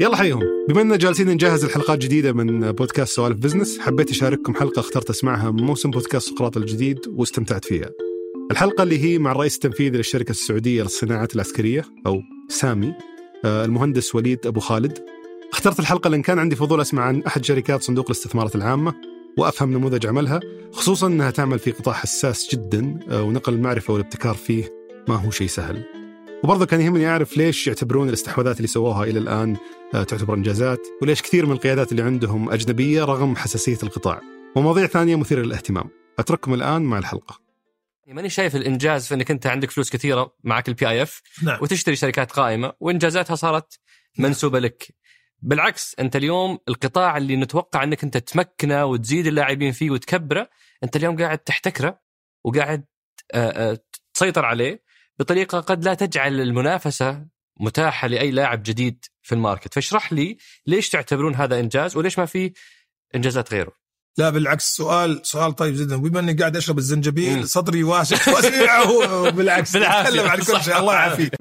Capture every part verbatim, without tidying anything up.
يلا حيهم. بما أننا جالسين نجهز الحلقات جديدة من بودكاست سوالف بزنس، حبيت أشارككم حلقة اخترت أسمعها من موسم بودكاست سقراط الجديد واستمتعت فيها. الحلقة اللي هي مع الرئيس التنفيذي للشركة السعودية للصناعات العسكرية أو سامي، المهندس وليد أبو خالد. اخترت الحلقة لأن كان عندي فضول أسمع عن أحد شركات صندوق الاستثمارات العامة وأفهم نموذج عملها، خصوصاً أنها تعمل في قطاع حساس جداً ونقل المعرفة والابتكار فيه ما هو شيء سهل. وبرضه كان يهمني أعرف ليش يعتبرون الاستحواذات اللي سووها إلى الآن تعتبر إنجازات، وليش كثير من القيادات اللي عندهم أجنبية رغم حساسية القطاع، ومواضيع ثانية مثيرة للاهتمام. أترككم الآن مع الحلقة. ماني شايف الإنجاز في أنك أنت عندك فلوس كثيرة معك البي آي إف نعم. وتشتري شركات قائمة وإنجازاتها صارت منسوبة لك. بالعكس، أنت اليوم القطاع اللي نتوقع أنك أنت تمكنه وتزيد اللاعبين فيه وتكبره، أنت اليوم قاعد تحتكره وقاعد تسيطر عليه بطريقة قد لا تجعل المنافسة متاحة لأي لاعب جديد في الماركت. فاشرح لي ليش تعتبرون هذا إنجاز وليش ما في إنجازات غيره؟ لا بالعكس، سؤال سؤال طيب جدا. بما اني قاعد اشرب الزنجبيل مم. صدري واسع واسع وبالعكس اتكلم عن كل شيء. الله يعافيك.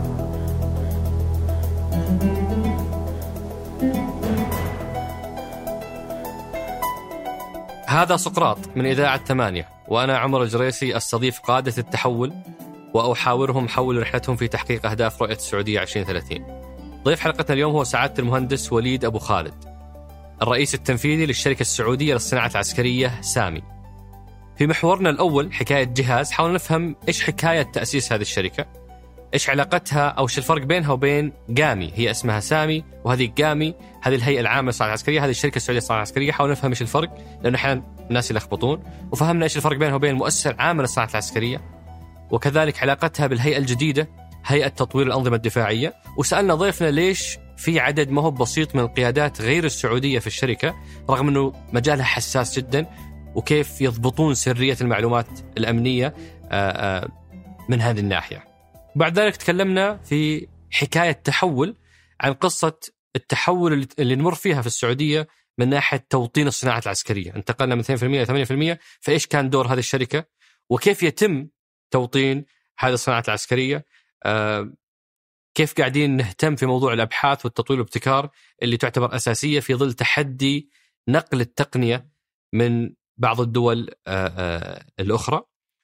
هذا سقراط من إذاعة ثمانية، وأنا عمر الجريسي أستضيف قادة التحول وأحاورهم حول رحلتهم في تحقيق أهداف رؤية السعودية عشرين ثلاثين. ضيف حلقتنا اليوم هو سعادة المهندس وليد أبو خالد، الرئيس التنفيذي للشركة السعودية للصناعات العسكرية سامي. في محورنا الأول حكاية جهاز، حاول نفهم إيش حكاية تأسيس هذه الشركة، إيش علاقتها أو إيش الفرق بينها وبين قامي. هي اسمها سامي وهذه قامي، هذه الهيئة العامة للصناعات العسكرية، هذه الشركة السعودية للصناعات العسكرية. حاول نفهم إيش الفرق، لأنه أحيانا الناس يلخبطون، وفهمنا إيش الفرق بينها وبين المؤسسة العامة للصناعات العسكرية، وكذلك علاقتها بالهيئة الجديدة هيئة تطوير الأنظمة الدفاعية. وسألنا ضيفنا ليش في عدد ما هو بسيط من القيادات غير السعودية في الشركة رغم أنه مجالها حساس جدا، وكيف يضبطون سرية المعلومات الأمنية من هذه الناحية. بعد ذلك تكلمنا في حكاية تحول، عن قصة التحول اللي نمر فيها في السعودية من ناحية توطين الصناعة العسكرية. انتقلنا من اثنين بالمئة إلى ثمانية بالمئة، فإيش كان دور هذه الشركة وكيف يتم توطين هذه الصناعة العسكرية. آه كيف قاعدين نهتم في موضوع الأبحاث والتطوير والابتكار اللي تعتبر أساسية في ظل تحدي نقل التقنية من بعض الدول آه آه الأخرى.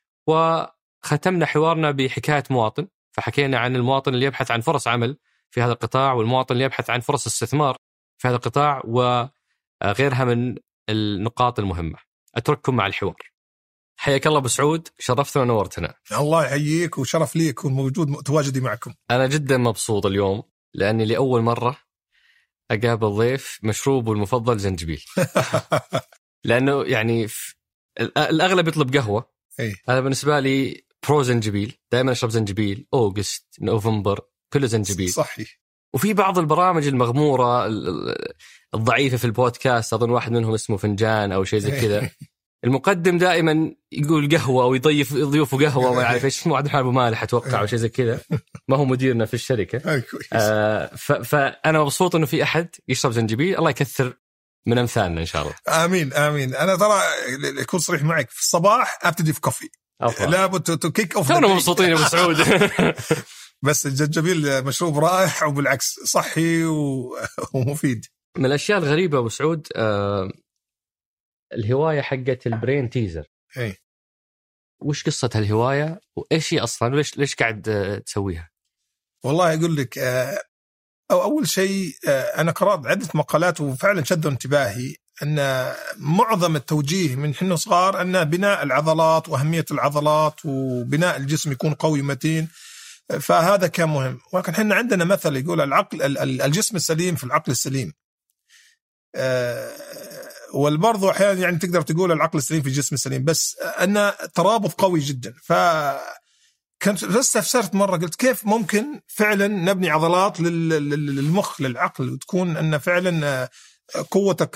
وختمنا حوارنا بحكاية مواطن، فحكينا عن المواطن اللي يبحث عن فرص عمل في هذا القطاع، والمواطن اللي يبحث عن فرص استثمار في هذا القطاع، وغيرها من النقاط المهمة. أترككم مع الحوار. حياك الله أبو سعود، شرفتنا ونورتنا. الله يحييك، وشرف لي أكون موجود تواجدي معكم. أنا جدا مبسوط اليوم لأني لأول مرة أقابل ضيف مشروبه المفضل زنجبيل. لأنه يعني الأغلب يطلب قهوة، أنا بالنسبة لي برو زنجبيل، دائما أشرب زنجبيل. أوغست، نوفمبر، كله زنجبيل صحي. وفي بعض البرامج المغمورة الضعيفة في البودكاست، أظن واحد منهم اسمه فنجان أو شيء زي كذا، المقدم دائما يقول قهوة ويضيف ضيوفه قهوة، ما يعرف إيش اسمه، عبد الحليم أبو مالح أتوقع أو شيء زي كذا، ما هو مديرنا في الشركة. آه فأنا مبسوط إنه في أحد يشرب زنجبيل. الله يكثر من أمثالنا إن شاء الله. آمين آمين. أنا ترى أكون صريح معك، في الصباح أبتدي في كوفي، لا تو كيك أوف. كانوا مبسوطين يا أبو سعود. بس الزنجبيل مشروب رائع، وبالعكس صحي ومفيد. من الأشياء الغريبة أبو سعود آه الهواية حقت البرين تيزر. إيه. وش قصة هالهواية وإيش هي أصلاً، وليش ليش قاعد تسويها؟ والله أقول لك، أو أول شيء أنا قرأت عدة مقالات وفعلاً شدوا انتباهي أن معظم التوجيه من حين صغار أن بناء العضلات وأهمية العضلات وبناء الجسم يكون قوي متين، فهذا كان مهم. ولكن حنا عندنا مثل يقول العقل الجسم السليم في العقل السليم، والبرضو أحيانا يعني تقدر تقول العقل السليم في الجسم السليم، بس أن ترابط قوي جدا. فكنت استفسرت مرة، قلت كيف ممكن فعلا نبني عضلات للمخ للعقل، وتكون أن فعلا قوتك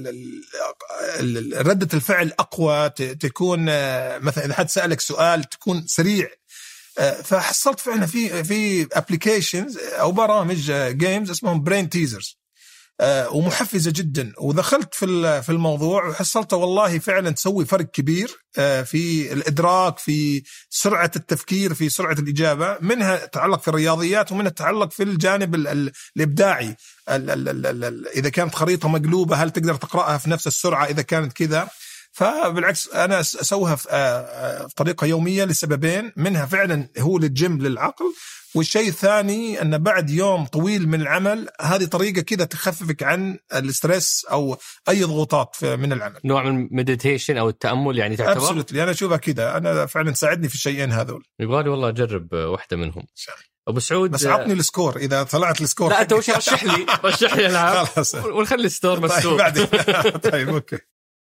ردة الفعل أقوى، تكون مثلا إذا حد سألك سؤال تكون سريع. فحصلت فعلا في في ابليكيشنز أو برامج جيمز اسمهم برين تيزرز. ومحفزة جدا. ودخلت في في الموضوع وحصلت والله فعلا تسوي فرق كبير في الإدراك، في سرعة التفكير، في سرعة الإجابة، منها تتعلق في الرياضيات ومنها تتعلق في الجانب الإبداعي. إذا كانت خريطة مقلوبة هل تقدر تقرأها في نفس السرعة إذا كانت كذا؟ فبالعكس أنا أسويها في طريقة يومية لسببين، منها فعلا هو للجيم للعقل، والشيء الثاني أن بعد يوم طويل من العمل هذه طريقة كده تخففك عن الاسترس أو أي ضغوطات من العمل. نوع من مديتيشن أو التأمل يعني تعتبر؟ أبسولوتلي أنا أشوفها كده، أنا فعلا ساعدني في الشيئين هذول. يبغالي والله أجرب واحدة منهم. أبو سعود بس عطني السكور إذا طلعت السكور. لا أنت وش رشح لي رشح لي ألعاب ونخلي الستور مسكور. طيب طيب أوكي.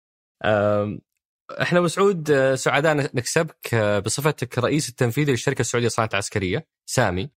احنا مسعود سعداء نكسبك بصفتك رئيس التنفيذي للشركة السعودية للصناعات العسكرية سامي،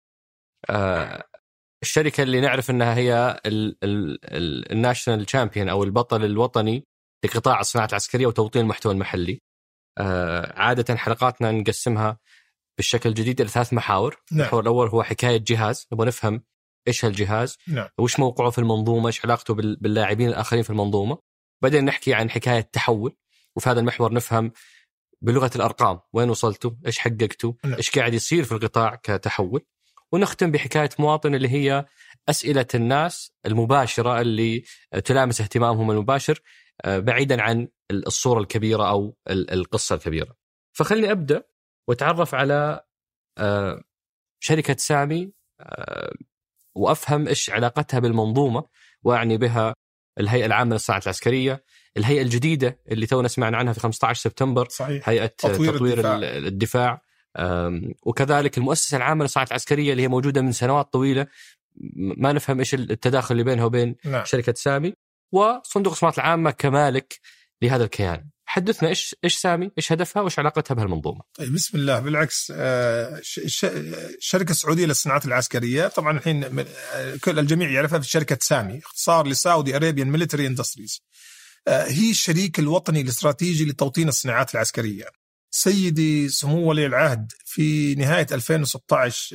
الشركة اللي نعرف انها هي الناشنال تشامبيون او البطل الوطني لقطاع الصناعات العسكرية وتوطين المحتوى المحلي. عادة حلقاتنا نقسمها بالشكل الجديد إلى ثلاث محاور. نعم. المحور الأول هو حكاية جهاز، نبغى نفهم إيش هالجهاز، نعم. وإيش موقعه في المنظومة، إيش علاقته باللاعبين الآخرين في المنظومة. بعدين نحكي عن حكاية تحول، وفي هذا المحور نفهم بلغة الأرقام وين وصلتوا، إيش حققتوا، نعم. إيش قاعد يصير في القطاع كتحول. ونختم بحكاية مواطن اللي هي أسئلة الناس المباشرة اللي تلامس اهتمامهم المباشر بعيدا عن الصورة الكبيرة أو القصة الكبيرة. فخلني أبدأ وأتعرف على شركة سامي وأفهم إيش علاقتها بالمنظومة، وأعني بها الهيئة العامة للصناعات العسكرية، الهيئة الجديدة اللي تونا سمعنا عنها في خمسة عشر سبتمبر، صحيح. هيئة تطوير, تطوير الدفاع, الدفاع. وكذلك المؤسسة العامة للصناعات العسكرية اللي هي موجودة من سنوات طويلة، ما نفهم إيش التداخل اللي بينها وبين نعم. شركة سامي، وصندوق الصناعات العامة كمالك لهذا الكيان. حدثنا إيش إيش سامي، إيش هدفها، وإيش علاقتها بهالمنظومة. طيب بسم الله. بالعكس الشركة السعودية للصناعات العسكرية طبعا الحين كل الجميع يعرفها في شركة سامي، اختصار لسعودي أرابيان ميليتري إندستريز. هي الشريك الوطني الاستراتيجي لتوطين الصناعات العسكرية. سيدي سمو ولي العهد في نهاية ألفين وستة عشر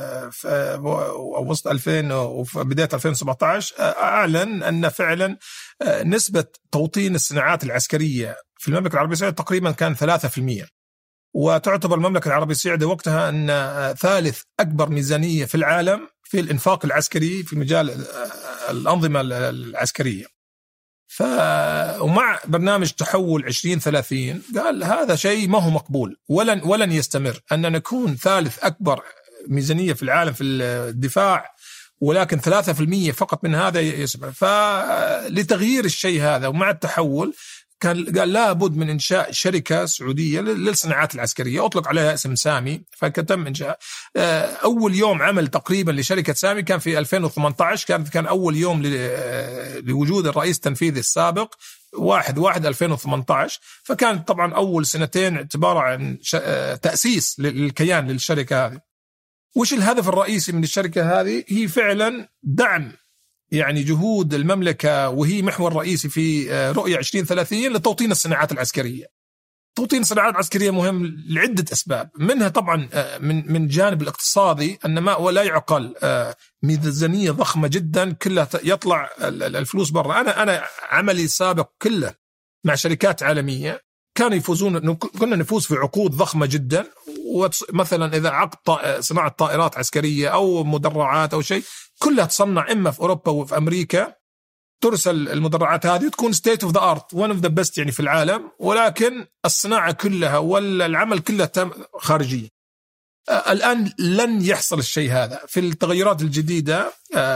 أو وسط ألفين وبداية ألفين وسبعة عشر أعلن أن فعلا نسبة توطين الصناعات العسكرية في المملكة العربية السعودية تقريبا كان ثلاثة بالمئة، وتعتبر المملكة العربية السعودية وقتها أن ثالث أكبر ميزانية في العالم في الإنفاق العسكري في مجال الأنظمة العسكرية. ف ومع برنامج تحول عشرين ثلاثين قال هذا شيء ما هو مقبول ولن ولن يستمر أن نكون ثالث أكبر ميزانية في العالم في الدفاع ولكن ثلاثة بالمئة فقط من هذا يسمع. فلتغيير الشيء هذا ومع التحول كان قال لابد من إنشاء شركة سعودية للصناعات العسكرية أطلق عليها اسم سامي. فكتم إنشاء أول يوم عمل تقريبا لشركة سامي كان في ألفين وثمانية عشر، كان كان أول يوم لوجود الرئيس التنفيذي السابق واحد واحد ألفين وثمانية عشر. فكان طبعا أول سنتين اعتبار عن تأسيس للكيان للشركة هذه. وش الهدف الرئيسي من الشركة هذه؟ هي فعلا دعم يعني جهود المملكة، وهي محور رئيسي في رؤية عشرين ثلاثين لتوطين الصناعات العسكرية. توطين الصناعات العسكرية مهم لعدة أسباب، منها طبعا من من جانب الاقتصادي أن ما ولا يعقل ميزانية ضخمة جدا كلها يطلع الفلوس برا. أنا أنا عملي السابق كله مع شركات عالمية كانوا يفوزون، كنا نفوز في عقود ضخمة جدا، ومثلا إذا عقد صناعة طائرات عسكرية أو مدرعات أو شيء كلها تصنع إما في أوروبا وفي أمريكا، ترسل المدرعات هذه تكون state of the art one of the best يعني في العالم، ولكن الصناعة كلها والعمل كله تم خارجي. الآن لن يحصل الشيء هذا في التغيرات الجديدة.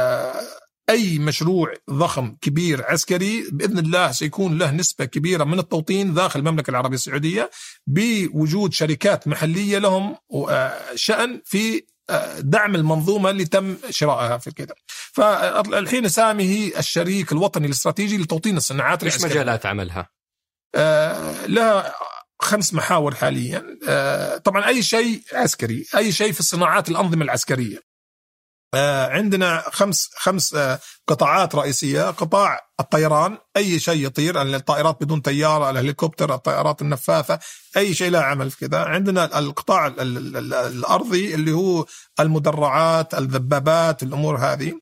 أي مشروع ضخم كبير عسكري بإذن الله سيكون له نسبة كبيرة من التوطين داخل المملكة العربية السعودية بوجود شركات محلية لهم شأن في دعم المنظومة اللي تم شرائها في كده. فالحين سامي هي الشريك الوطني الاستراتيجي لتوطين الصناعات العسكرية. إيش مجالات عملها؟ آه لها خمس محاور حاليا. آه طبعا أي شيء عسكري، أي شيء في الصناعات الأنظمة العسكرية. آه عندنا خمس خمس آه قطاعات رئيسية. قطاع الطيران، أي شيء يطير، الطائرات بدون طيارة، الهليكوبتر، الطائرات النفاثة، أي شيء لا عمل في كذا. عندنا القطاع الأرضي اللي هو المدرعات، الذبابات، الأمور هذه.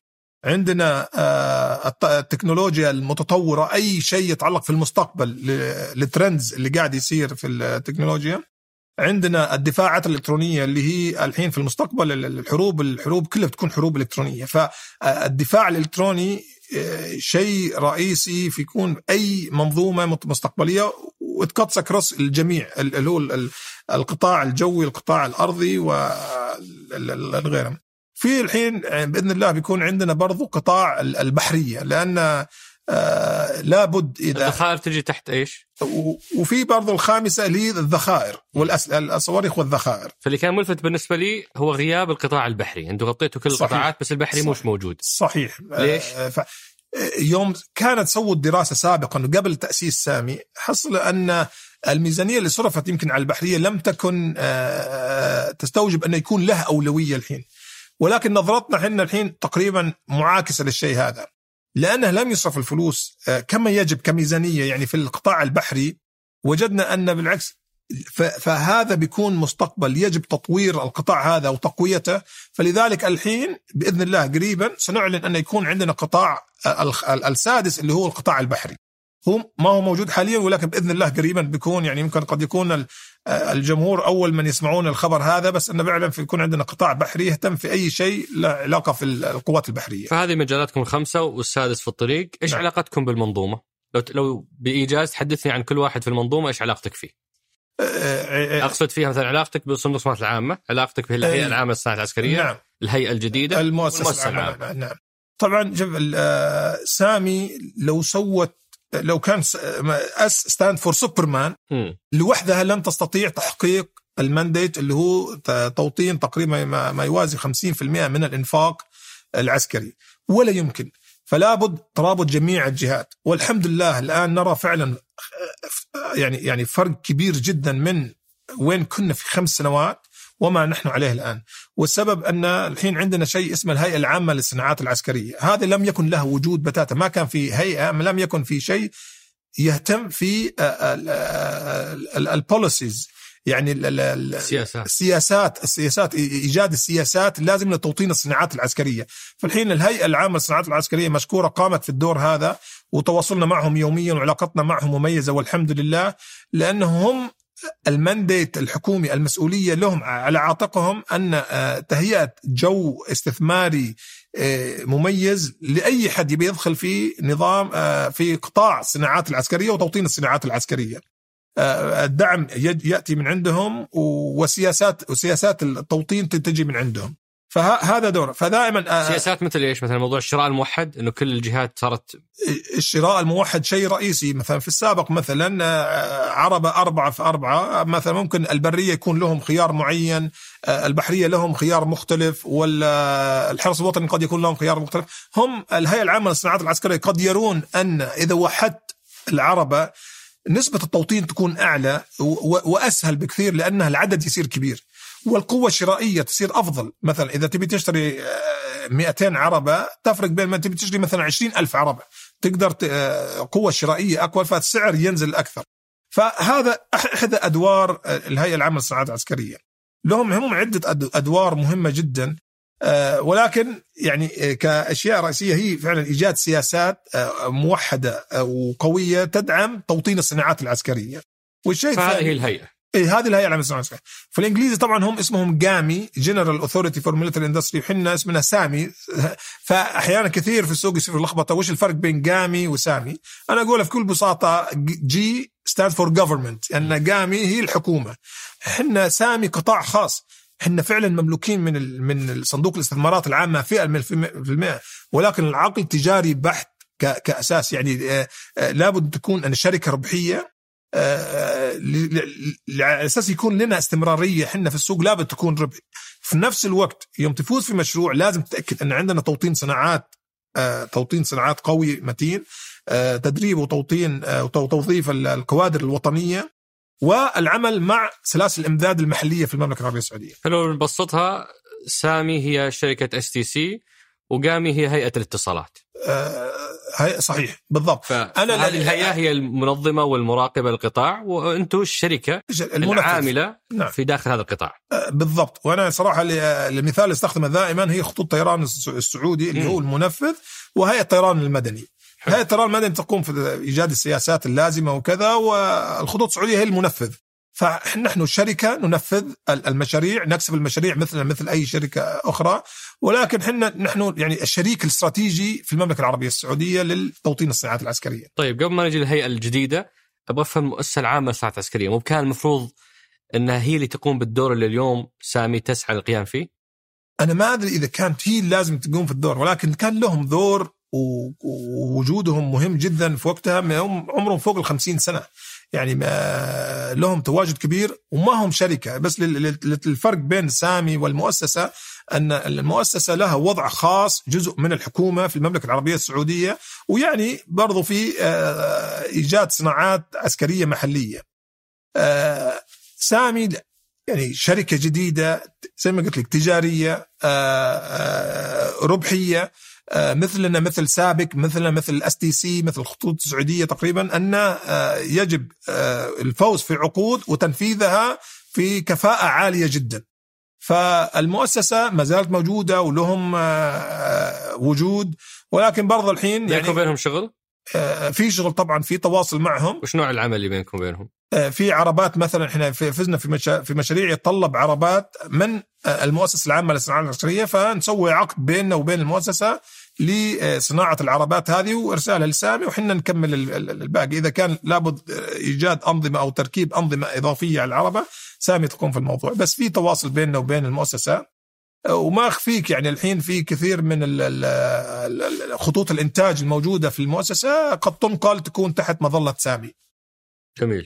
عندنا التكنولوجيا المتطورة، أي شيء يتعلق في المستقبل للترندز اللي قاعد يصير في التكنولوجيا. عندنا الدفاعات الإلكترونية اللي هي الحين في المستقبل الحروب الحروب كلها بتكون حروب إلكترونية. فالدفاع الإلكتروني شيء رئيسي في يكون أي منظومة مستقبلية، وتقص كروس الجميع اللي هو القطاع الجوي، القطاع الأرضي والغيرهم. في الحين بإذن الله بيكون عندنا برضو قطاع البحرية، لأن آه لابد إذا الذخائر تجي تحت إيش، وفي برضو الخامسة اللي هي الذخائر والصواريخ والذخائر. فاللي كان ملفت بالنسبة لي هو غياب القطاع البحري. أنتوا غطيتوا كل القطاعات بس البحري صحيح. مش موجود. صحيح. ليش؟ آه ف... يوم كانت سووا الدراسة سابقا قبل تأسيس سامي، حصل أن الميزانية اللي صرفت يمكن على البحرية لم تكن آه تستوجب أن يكون لها أولوية الحين، ولكن نظرتنا حنا الحين تقريبا معاكسة للشيء هذا، لأنه لم يصرف الفلوس كما يجب كميزانية يعني في القطاع البحري. وجدنا أن بالعكس فهذا بيكون مستقبل يجب تطوير القطاع هذا وتقويته. فلذلك الحين بإذن الله قريبا سنعلن أن يكون عندنا قطاع السادس اللي هو القطاع البحري. هو ما هو موجود حاليا، ولكن بإذن الله قريبا بيكون، يعني يمكن قد يكون الجمهور أول من يسمعون الخبر هذا، بس أنه فعلا في يكون عندنا قطاع بحري يهتم في أي شيء له علاقة في القوات البحرية. فهذه مجالاتكم الخمسة والسادس في الطريق. إيش نعم. علاقتكم بالمنظومة؟ لو لو بإيجاز تحدثني عن كل واحد في المنظومة، إيش علاقتك فيه؟ أقصد فيها مثلا علاقتك بصندوق الصناعات العامة، علاقتك بالهيئة العامة للصناعات العسكرية، نعم. الهيئة الجديدة، المؤسسة العامة. نعم. طبعا شوف سامي لو سوت لو كان اس ستاند فور سوبرمان لوحدها لن تستطيع تحقيق المانديت اللي هو توطين تقريبا ما يوازي خمسين بالمئة من الانفاق العسكري، ولا يمكن. فلا بد ترابط جميع الجهات، والحمد لله الآن نرى فعلا يعني يعني فرق كبير جدا من وين كنا في خمس سنوات وما نحن عليه الآن. والسبب أن الحين عندنا شيء اسمه الهيئة العامة للصناعات العسكرية، هذا لم يكن له وجود بتاتا، ما كان في هيئة، لم يكن في شيء يهتم في البوليسيز، يعني السياسات السياسات السياسات إيجاد السياسات اللازمة لتوطين الصناعات العسكرية. فالحين الهيئة العامة للصناعات العسكرية مشكورة قامت في الدور هذا، وتواصلنا معهم يوميا وعلاقتنا معهم مميزة والحمد لله، لأنهم المانديت الحكومي المسؤولية لهم على عاتقهم أن تهيئة جو استثماري مميز لأي حد يبي يدخل في نظام في قطاع الصناعات العسكرية وتوطين الصناعات العسكرية. الدعم يأتي من عندهم، وسياسات وسياسات التوطين تجي من عندهم، فهذا دور. فدائما سياسات مثل ايش؟ مثلا موضوع الشراء الموحد، انه كل الجهات صارت الشراء الموحد شيء رئيسي. مثلا في السابق مثلا عربة أربعة في أربعة، مثلا ممكن البرية يكون لهم خيار معين، البحرية لهم خيار مختلف، والحرس الوطني قد يكون لهم خيار مختلف. هم الهيئة العامة للصناعات العسكرية قد يرون أن إذا وحدت العربة نسبة التوطين تكون أعلى وأسهل بكثير، لأنها العدد يصير كبير والقوة الشرائية تصير أفضل. مثلا إذا تبي تشتري مئتين عربة تفرق بين ما تبي تشتري مثلا عشرين ألف عربة، تقدر قوة شرائية أقوى، فالسعر ينزل أكثر. فهذا أحد أدوار الهيئة العامة للصناعات العسكرية، لهم هم عدة أدوار مهمة جدا، ولكن يعني كأشياء رئيسية هي فعلا إيجاد سياسات موحدة وقوية تدعم توطين الصناعات العسكرية. والشيء فهذه الهيئة إيه هذه الهيئة العامة للصناعات العسكرية. في الإنجليزي طبعا هم اسمهم جامي General Authority for Military Industry، وحنا اسمنا سامي. فأحيانا كثير في السوق يصير لخبطة وش الفرق بين جامي وسامي. أنا أقولها بكل بساطة، جي stand for government، أن جامي هي الحكومة، حنا سامي قطاع خاص، حنا فعلا مملوكين من من صندوق الاستثمارات العامة فئة في المئة، ولكن العقل تجاري بحت كأساس. يعني لابد تكون أن شركة ربحية على أساس يكون لنا استمرارية. حنا في السوق لابد تكون ربح. في نفس الوقت يوم تفوز في مشروع لازم تتأكد أن عندنا توطين صناعات، توطين صناعات قوي متين، تدريب وتوطين وتوظيف الكوادر الوطنية، والعمل مع سلاسل الإمداد المحلية في المملكة العربية السعودية. فلو نبسطها، سامي هي شركة اس تي سي، وقامي هي هيئة الاتصالات. هي صحيح بالضبط. أنا هذه الهيئة هي المنظمة والمراقبة للقطاع، وأنتم الشركة العاملة نعم. في داخل هذا القطاع بالضبط. وأنا صراحة المثال اللي استخدمه دائما هي خطوط طيران السعودي اللي م. هو المنفذ، وهيئة الطيران المدني. هيئة الطيران المدني تقوم في إيجاد السياسات اللازمة وكذا، والخطوط السعودية هي المنفذ. فنحن الشركة ننفذ المشاريع، نكسب المشاريع مثل مثل أي شركة أخرى، ولكن حنا نحن يعني الشريك الاستراتيجي في المملكة العربية السعودية للتوطين الصناعات العسكرية. طيب قبل ما نجي للهيئة الجديدة أبغى أفهم المؤسسة العامة للصناعات العسكرية، مو كان المفروض أنها هي اللي تقوم بالدور اللي اليوم سامي تسعى للقيام فيه؟ أنا ما أدري إذا كانت هي لازم تقوم في الدور، ولكن كان لهم دور ووجودهم مهم جدا في وقتها. هم عمرهم فوق الخمسين سنة، يعني ما لهم تواجد كبير وما هم شركة. بس الفرق بين سامي والمؤسسة أن المؤسسة لها وضع خاص، جزء من الحكومة في المملكة العربية السعودية، ويعني برضو في إيجاد صناعات عسكرية محلية. سامي يعني شركة جديدة زي ما قلت لك، تجارية ربحية، مثلنا مثل سابق، مثلنا مثل الاس تي سي، مثل الخطوط السعودية تقريبا، أن يجب الفوز في عقود وتنفيذها في كفاءة عالية جدا. فالمؤسسة ما زالت موجودة ولهم وجود، ولكن برضه الحين يعني بينكم بينهم شغل؟ في شغل طبعا، في تواصل معهم. وش نوع العمل اللي بينكم بينهم؟ في عربات مثلا، احنا فزنا في مشا... في مشاريع يتطلب عربات من المؤسسة العامة للصناعات العسكرية، فنسوي عقد بيننا وبين المؤسسة لصناعة العربات هذه وإرسالها لسامي، وحنا نكمل الباقي. إذا كان لابد إيجاد أنظمة أو تركيب أنظمة إضافية على العربة، سامي تقوم في الموضوع. بس في تواصل بيننا وبين المؤسسة، وما أخفيك يعني الحين في كثير من خطوط الإنتاج الموجودة في المؤسسة قد تنقل تكون تحت مظلة سامي. جميل.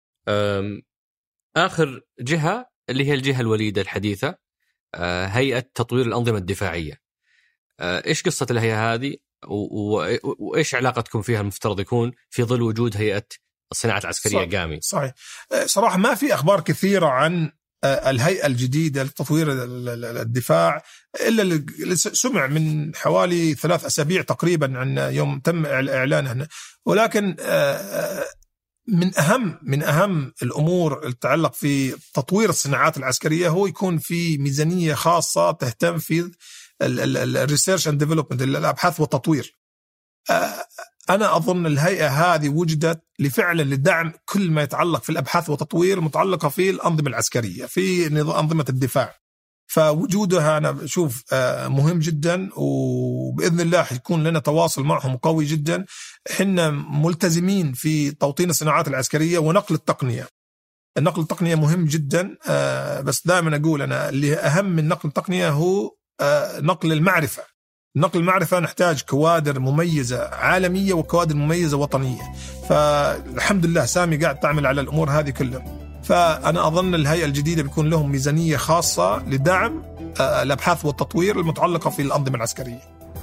آخر جهة اللي هي الجهة الوليدة الحديثة، هيئة تطوير الأنظمة الدفاعية. إيش قصة الهيئة هذه وإيش علاقتكم فيها المفترض يكون في ظل وجود هيئة الصناعة العسكرية قامي؟ صحيح. صراحة ما في أخبار كثيرة عن الهيئة الجديدة لتطوير الدفاع إلا اللي سمع من حوالي ثلاث أسابيع تقريبا عن يوم تم إعلانها. ولكن من أهم من أهم الأمور التعلق في تطوير الصناعات العسكرية هو يكون في ميزانية خاصة تهتم في الريسيرش اند ديفلوبمنت، الأبحاث والتطوير. أنا أظن الهيئة هذه وجدت لفعلا لدعم كل ما يتعلق في الأبحاث والتطوير المتعلقة في الأنظمة العسكرية، في أنظمة الدفاع. فوجودها أنا بشوف مهم جدا، وبإذن الله يكون لنا تواصل معهم قوي جدا. حنا ملتزمين في توطين الصناعات العسكرية ونقل التقنية. النقل التقنية مهم جدا، بس دائما أقول أنا اللي أهم من نقل التقنية هو نقل المعرفة. نقل المعرفة نحتاج كوادر مميزة عالمية وكوادر مميزة وطنية، فالحمد لله سامي قاعد تعمل على الأمور هذه كلها. فأنا أظن الهيئة الجديدة بيكون لهم ميزانية خاصة لدعم الأبحاث والتطوير المتعلقة في الأنظمة العسكرية.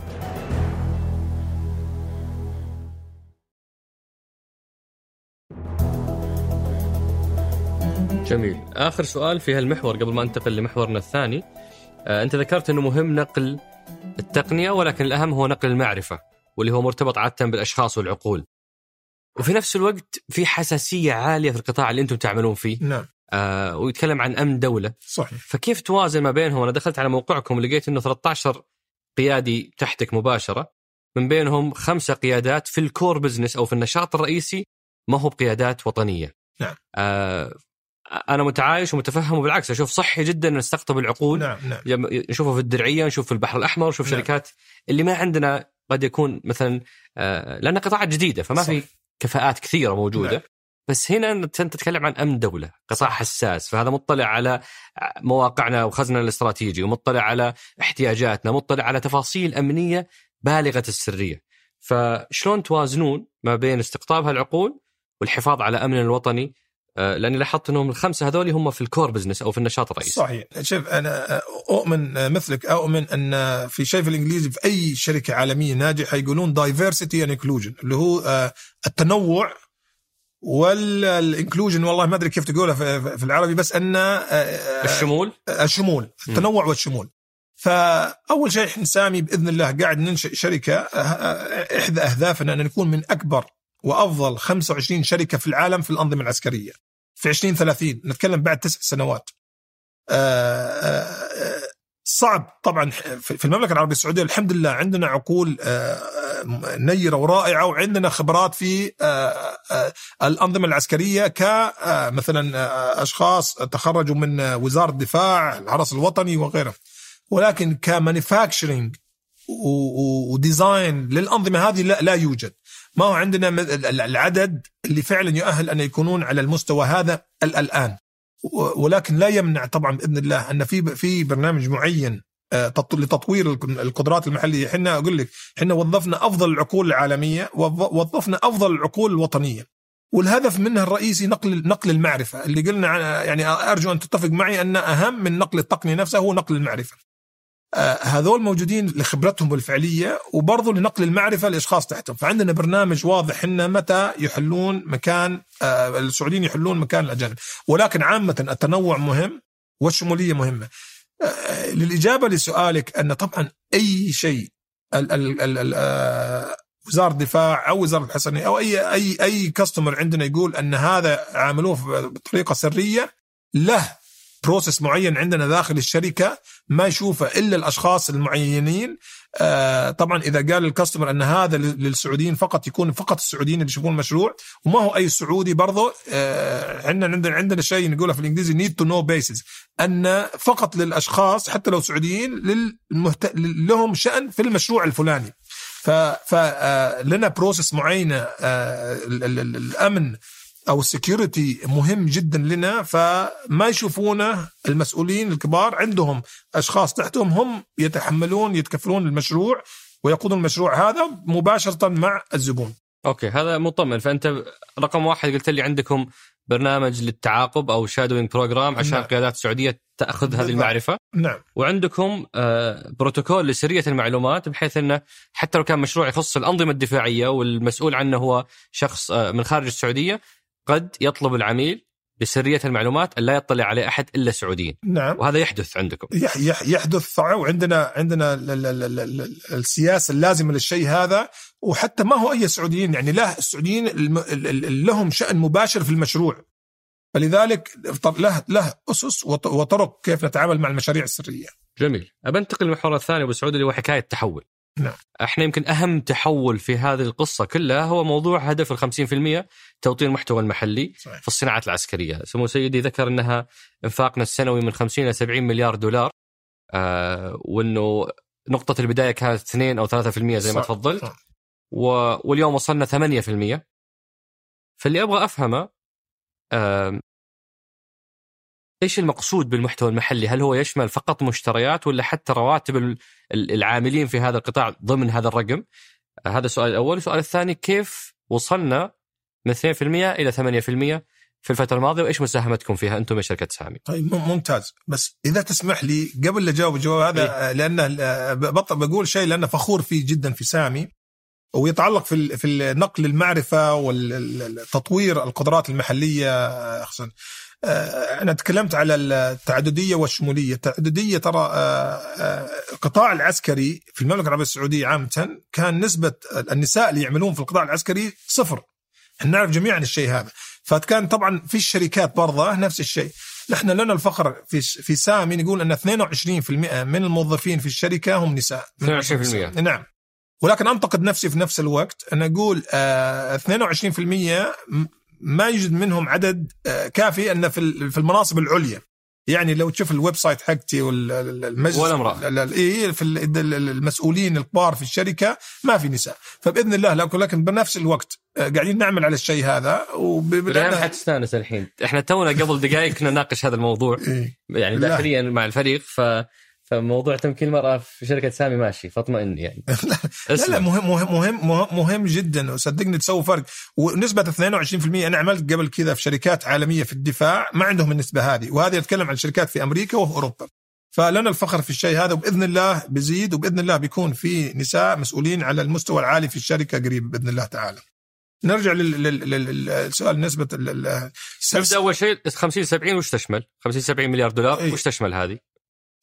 جميل. آخر سؤال في هالمحور قبل ما انتقل لمحورنا الثاني. أنت ذكرت أنه مهم نقل التقنية، ولكن الأهم هو نقل المعرفة، واللي هو مرتبط عادة بالأشخاص والعقول. وفي نفس الوقت في حساسية عالية في القطاع اللي أنتم تعملون فيه. نعم. آه ويتكلم عن أمن دولة. صحيح. فكيف توازن ما بينهم؟ أنا دخلت على موقعكم ولقيت أنه ثلاثة عشر قيادي تحتك مباشرة، من بينهم خمسة قيادات في الكور بزنس أو في النشاط الرئيسي ما هو بقيادات وطنية. نعم. آه أنا متعايش ومتفهم، وبالعكس أشوف صحي جدا نستقطب العقول. نعم. نعم. نشوفه في الدرعية، نشوف في البحر الأحمر، نشوف نعم. شركات اللي ما عندنا قد يكون مثلا آه لأن قطاعات جديدة فما صح. في كفاءات كثيرة موجودة. نعم. بس هنا أنت تتكلم عن أمن دولة، قطاع صح. حساس، فهذا مطلع على مواقعنا وخزننا الاستراتيجي، ومطلع على احتياجاتنا، مطلع على تفاصيل أمنية بالغة السرية. فشلون توازنون ما بين استقطاب هالعقول والحفاظ على أمننا الوطني؟ لأني لاحظت أنهم الخمسة هذول هم في الكور بزنس أو في النشاط الرئيسي. صحيح. شوف أنا أؤمن مثلك أؤمن أن في شيء في الإنجليزي في أي شركة عالمية ناجحة يقولون diversity and inclusion، اللي هو التنوع والإنكلوجن. والله ما أدري كيف تقولها في العربي، بس أن الشمول الشمول التنوع والشمول. فأول شيء إحنا سامي بإذن الله قاعد ننشئ شركة، إحدى أهدافنا أن نكون من أكبر وأفضل خمسة وعشرين شركة في العالم في الأنظمة العسكرية في عشرين ثلاثين، نتكلم بعد تسع سنوات. صعب طبعا في المملكة العربية السعودية الحمد لله عندنا عقول نيرة ورائعة، وعندنا خبرات في الأنظمة العسكرية كمثلا أشخاص تخرجوا من وزارة الدفاع، الحرس الوطني وغيره، ولكن كمانيفاكتشرينج وديزاين للأنظمة هذه لا, لا يوجد. ما هو عندنا العدد اللي فعلا يؤهل أن يكونون على المستوى هذا الآن، ولكن لا يمنع طبعا بإذن الله أن في في برنامج معين لتطوير القدرات المحلية. حنا أقول لك حنا وظفنا أفضل العقول العالمية، وظفنا أفضل العقول الوطنية، والهدف منها الرئيسي نقل نقل المعرفة اللي قلنا. يعني أرجو أن تتفق معي أن أهم من نقل التقنية نفسها هو نقل المعرفة. آه هذول موجودين لخبرتهم الفعلية وبرضو لنقل المعرفة لأشخاص تحتهم. فعندنا برنامج واضح إن متى يحلون مكان آه السعوديين يحلون مكان الأجانب، ولكن عامة التنوع مهم والشمولية مهمة. آه للإجابة لسؤالك أن طبعا أي شيء ال ال ال ال آه وزارة الدفاع أو وزارة الحسنية أو أي أي أي كاستمر عندنا يقول أن هذا عاملوه بطريقة سرية، له بروسيس معين عندنا داخل الشركة ما يشوفه إلا الأشخاص المعينين. آه طبعا إذا قال الكاستمر أن هذا للسعوديين فقط، يكون فقط السعوديين اللي يشوفون المشروع، وما هو أي سعودي برضو. آه عندنا عندنا عندنا شيء نقوله في الإنجليزي need to know basis، أن فقط للأشخاص حتى لو سعوديين للمهت... لهم شأن في المشروع الفلاني. فلنا بروسيس معينة. آه الأمن أو السكيورتي مهم جدا لنا، فما يشوفونه المسؤولين الكبار، عندهم أشخاص تحتهم هم يتحملون يتكفلون المشروع ويقودون المشروع هذا مباشرة مع الزبون. أوكي، هذا مطمئن. فأنت رقم واحد قلت لي عندكم برنامج للتعاقب أو شادوينج بروجرام عشان نعم. القيادات السعودية تأخذ هذه المعرفة. نعم. وعندكم آه بروتوكول لسرية المعلومات، بحيث أنه حتى لو كان مشروع يخص الأنظمة الدفاعية والمسؤول عنه هو شخص آه من خارج السعودية، قد يطلب العميل بسرية المعلومات أن لا يطلع عليه أحد إلا سعوديين. نعم. وهذا يحدث عندكم. يحدث، وعندنا عندنا السياسة اللازمة للشيء هذا. وحتى ما هو أي سعوديين، يعني له السعوديين لهم شأن مباشر في المشروع، فلذلك له له أسس وطرق كيف نتعامل مع المشاريع السرية. جميل. أبنتقل للمحور الثاني أبو سعود اللي هو حكاية تحول. نعم. احنا يمكن أهم تحول في هذه القصة كلها هو موضوع هدف الخمسين في المية توطين المحتوى المحلي. صحيح. في الصناعات العسكرية. سمو سيدي ذكر أنها انفاقنا السنوي من خمسين إلى سبعين مليار دولار، آه وأنه نقطة البداية كانت اثنين أو ثلاثة في المية زي ما تفضلت، واليوم وصلنا ثمانية في المية. فاللي أبغى أفهمه آه إيش المقصود بالمحتوى المحلي؟ هل هو يشمل فقط مشتريات ولا حتى رواتب العاملين في هذا القطاع ضمن هذا الرقم؟ هذا السؤال الأول. السؤال الثاني، كيف وصلنا من اثنين في المية إلى ثمانية في المية في الفترة الماضية، وإيش مساهمتكم فيها أنتم يا شركة سامي؟ طيب ممتاز. بس إذا تسمح لي قبل لا أجاوب الجواب هذا، إيه؟ لأنه بقول شيء لأنه فخور فيه جدا في سامي، ويتعلق في في نقل المعرفة والتطوير القدرات المحلية. خصوصا أنا تكلمت على التعددية والشمولية. التعددية ترى القطاع العسكري في المملكة العربية السعودية عامة كان نسبة النساء اللي يعملون في القطاع العسكري صفر. احنا نعرف جميعا الشيء هذا. فكان طبعا في الشركات برضه نفس الشيء. نحن لنا الفخر في في سامي نقول أن اثنين وعشرين في المئة من الموظفين في الشركة هم نساء. اثنين وعشرين في المئة. نعم. ولكن أنتقد نفسي في نفس الوقت أنا أقول اثنين وعشرين في المئة ما يوجد منهم عدد كافي أن في في المناصب العليا. يعني لو تشوف الويب سايت حقتي والمجلس إيه في المسؤولين الكبار في الشركة ما في نساء. فبإذن الله لكن بنفس الوقت قاعدين نعمل على الشيء هذا. وبدأنا حتستانس الحين. إحنا تونا قبل دقائق كنا نناقش هذا الموضوع إيه؟ يعني داخليا مع الفريق. ف فموضوع تمكين المرأة في شركة سامي ماشي فاطمئن يعني. لا لا مهم مهم مهم مهم جدا، وصدقني تسوي فرق. ونسبة اثنين وعشرين في المئة أنا عملت قبل كذا في شركات عالمية في الدفاع ما عندهم النسبة هذه، وهذه أتكلم عن شركات في أمريكا وفي أوروبا. فلنا الفخر في الشيء هذا، وبإذن الله بزيد، وبإذن الله بيكون في نساء مسؤولين على المستوى العالي في الشركة قريب بإذن الله تعالى. نرجع للسؤال نسبة نبدأ أول شيء خمسين سبعين وش تشمل؟ خمسين سبعين مليار دولار إيه؟ وش تشمل هذه؟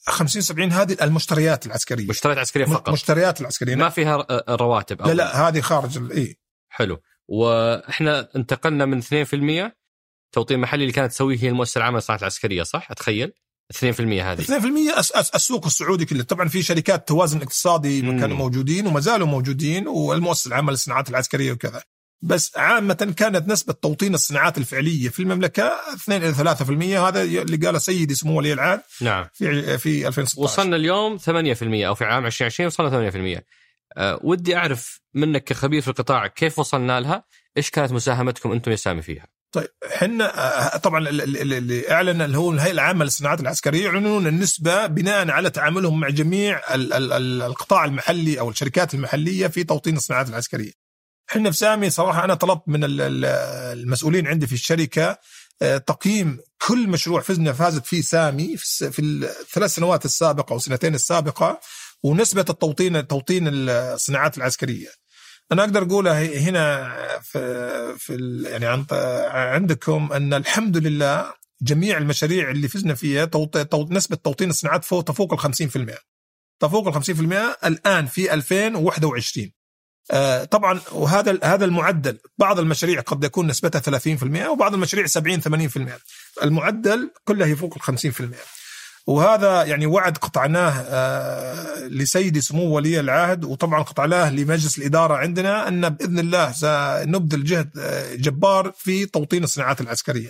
خمسين سبعين هذه المشتريات العسكرية، مشتريات عسكرية فقط، مشتريات العسكرية ما فيها رواتب أو لا لا هذه خارج الإيه. حلو. وإحنا انتقلنا من اثنين بالمئة توطين محلي اللي كانت تسويه هي المؤسسة العامة للصناعات العسكرية، صح؟ أتخيل اثنين بالمئة هذه اثنين بالمئة أس أس السوق السعودي كله. طبعا في شركات توازن اقتصادي كانوا موجودين وما زالوا موجودين، والمؤسسة العامة للصناعات العسكرية وكذا، بس عامة كانت نسبة توطين الصناعات الفعلية في المملكة اثنين إلى ثلاثة بالمئة. هذا اللي قاله سيدي سمو ولي العهد نعم في في ألفين وستة عشر. وصلنا اليوم ثمانية بالمئة أو في عام عشرين عشرين وصلنا ثمانية بالمئة. أه ودي أعرف منك كخبير في القطاع كيف وصلنا لها، إيش كانت مساهمتكم أنتم يا سامي فيها؟ طيب حنا طبعا اللي اعلن اللي هو الهيئه العامه للصناعات العسكريه يعلنون النسبه بناء على تعاملهم مع جميع القطاع المحلي او الشركات المحليه في توطين الصناعات العسكريه. احنا في سامي صراحه انا طلبت من المسؤولين عندي في الشركه تقييم كل مشروع فزنا فازت فيه سامي في الثلاث سنوات السابقه او سنتين السابقه، ونسبه التوطين توطين الصناعات العسكريه. أنا أقدر أقولها هنا في, في يعني عندكم أن الحمد لله جميع المشاريع اللي فزنا فيها توط... توط... نسبة توطين الصناعات فوق تفوق الخمسين بالمئة تفوق الخمسين بالمئة الآن في ألفين وواحد وعشرين. آه طبعا وهذا هذا المعدل، بعض المشاريع قد يكون نسبتها ثلاثين بالمئة وبعض المشاريع سبعين ثمانين بالمئة، المعدل كله يفوق الخمسين بالمئة. وهذا يعني وعد قطعناه آه لسيدي سمو ولي العهد، وطبعا قطعناه لمجلس الإدارة عندنا أن بإذن الله سنبذل جهد جبار في توطين الصناعات العسكرية.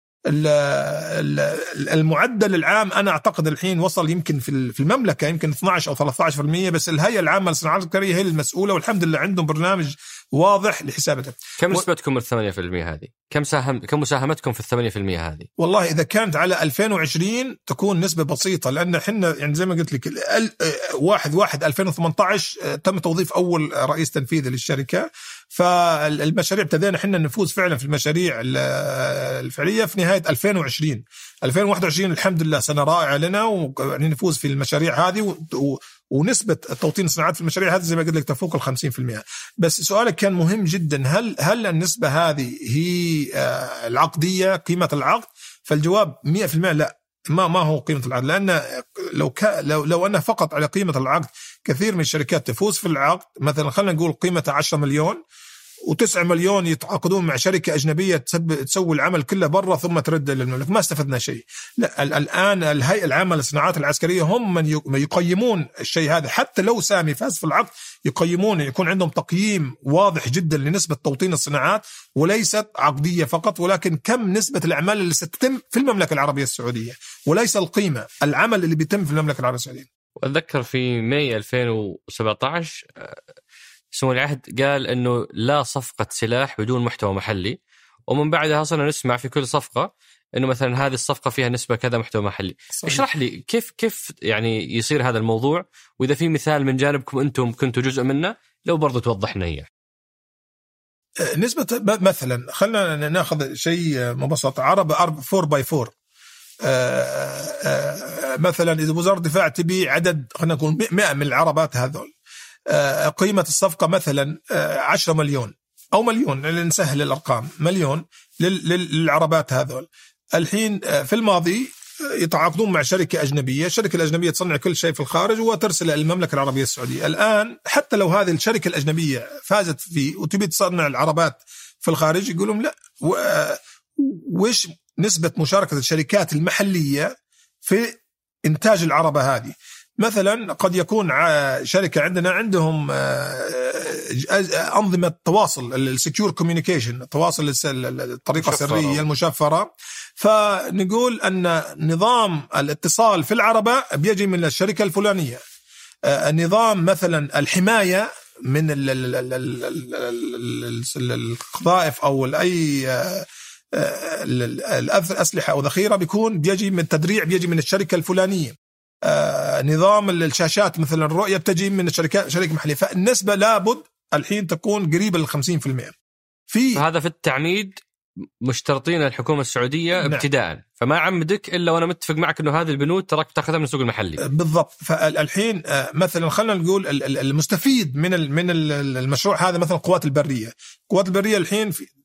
المعدل العام أنا أعتقد الحين وصل يمكن في المملكة يمكن اثناشر أو ثلاثة عشر بالمئة، بس الهيئة العامة للصناعات العسكرية هي المسؤولة، والحمد لله عندهم برنامج واضح لحسابته. كم نسبتكم من الثمانية في المئة هذه؟ كم ساهم كم مساهمتكم في الثمانية في المئة هذه؟ والله إذا كانت على ألفين وعشرين تكون نسبة بسيطة، لأن حنا يعني زي ما قلت لك واحد واحد ألفين وثمانية عشر تم توظيف أول رئيس تنفيذي للشركة، فالمشاريع ابتدينا حنا نفوز فعلا في المشاريع الفعلية في نهاية ألفين وعشرين. ألفين وواحد وعشرين الحمد لله سنة رائعة لنا، ويعني نفوز في المشاريع هذه، و ونسبة توطين الصناعات في المشاريع هذه زي ما قلت لك تفوق الخمسين بالمئة. بس سؤالك كان مهم جدا، هل هل النسبة هذه هي العقدية قيمة العقد؟ فالجواب مئة بالمئة لا، ما ما هو قيمة العقد، لأن لو ك لو لو أنا فقط على قيمة العقد كثير من الشركات تفوز في العقد، مثلا خلينا نقول قيمة عشرة مليون وتسعة مليون يتعاقدون مع شركة أجنبية تسوي العمل كله برا ثم ترد للمملكة، ما استفدنا شيء. لا الآن الهيئة العامة للصناعات العسكرية هم من يقيمون الشيء هذا، حتى لو سامي فاز في العقد يقيمون، يكون عندهم تقييم واضح جدا لنسبة توطين الصناعات، وليست عقدية فقط، ولكن كم نسبة الأعمال اللي ستتم في المملكة العربية السعودية، وليس القيمة، العمل اللي بيتم في المملكة العربية السعودية. وأتذكر في ماي ألفين وسبعة عشر سمو العهد قال أنه لا صفقة سلاح بدون محتوى محلي، ومن بعدها صرنا نسمع في كل صفقة أنه مثلا هذه الصفقة فيها نسبة كذا محتوى محلي. صحيح. اشرح لي كيف كيف يعني يصير هذا الموضوع، وإذا في مثال من جانبكم أنتم كنتوا جزء منه لو برضو توضحنا إياه. نسبة مثلا خلنا ناخذ شيء مبسط، عرب أربعة باي أربعة مثلا إذا وزارة الدفاع تبي عدد خلينا نقول مئة من العربات هذول، قيمة الصفقة مثلا عشرة مليون أو مليون، نسهل الأرقام، مليون للعربات هذول. الحين في الماضي يتعاقدون مع شركة أجنبية، الشركة الأجنبية تصنع كل شيء في الخارج وترسل المملكة العربية السعودية. الآن حتى لو هذه الشركة الأجنبية فازت فيه وتبي تصنع العربات في الخارج، يقولون لا، وإيش نسبة مشاركة الشركات المحلية في إنتاج العربة هذه؟ مثلا قد يكون شركة عندنا عندهم أنظمة تواصل السكيور كوميونيكيشن، التواصل الطريقة السرية المشفرة، فنقول أن نظام الاتصال في العربة بيجي من الشركة الفلانية، نظام مثلا الحماية من القذائف أو أي الأسلحة أو ذخيرة بيكون بيجي من التدريع بيجي من الشركة الفلانية، آه، نظام الشاشات مثلا الرؤية بتجي من الشركات شركة محلية، فالنسبة لابد الحين تكون قريبة للخمسين في المئة. في هذا في التعميد مشترطين الحكومة السعودية نعم. ابتداء، فما عمدك إلا وأنا متفق معك أنه هذه البنود تراك تأخذها من السوق المحلي. بالضبط. فالحين آه مثلا خلنا نقول المستفيد من من المشروع هذا مثلا القوات البرية، القوات البرية الحين في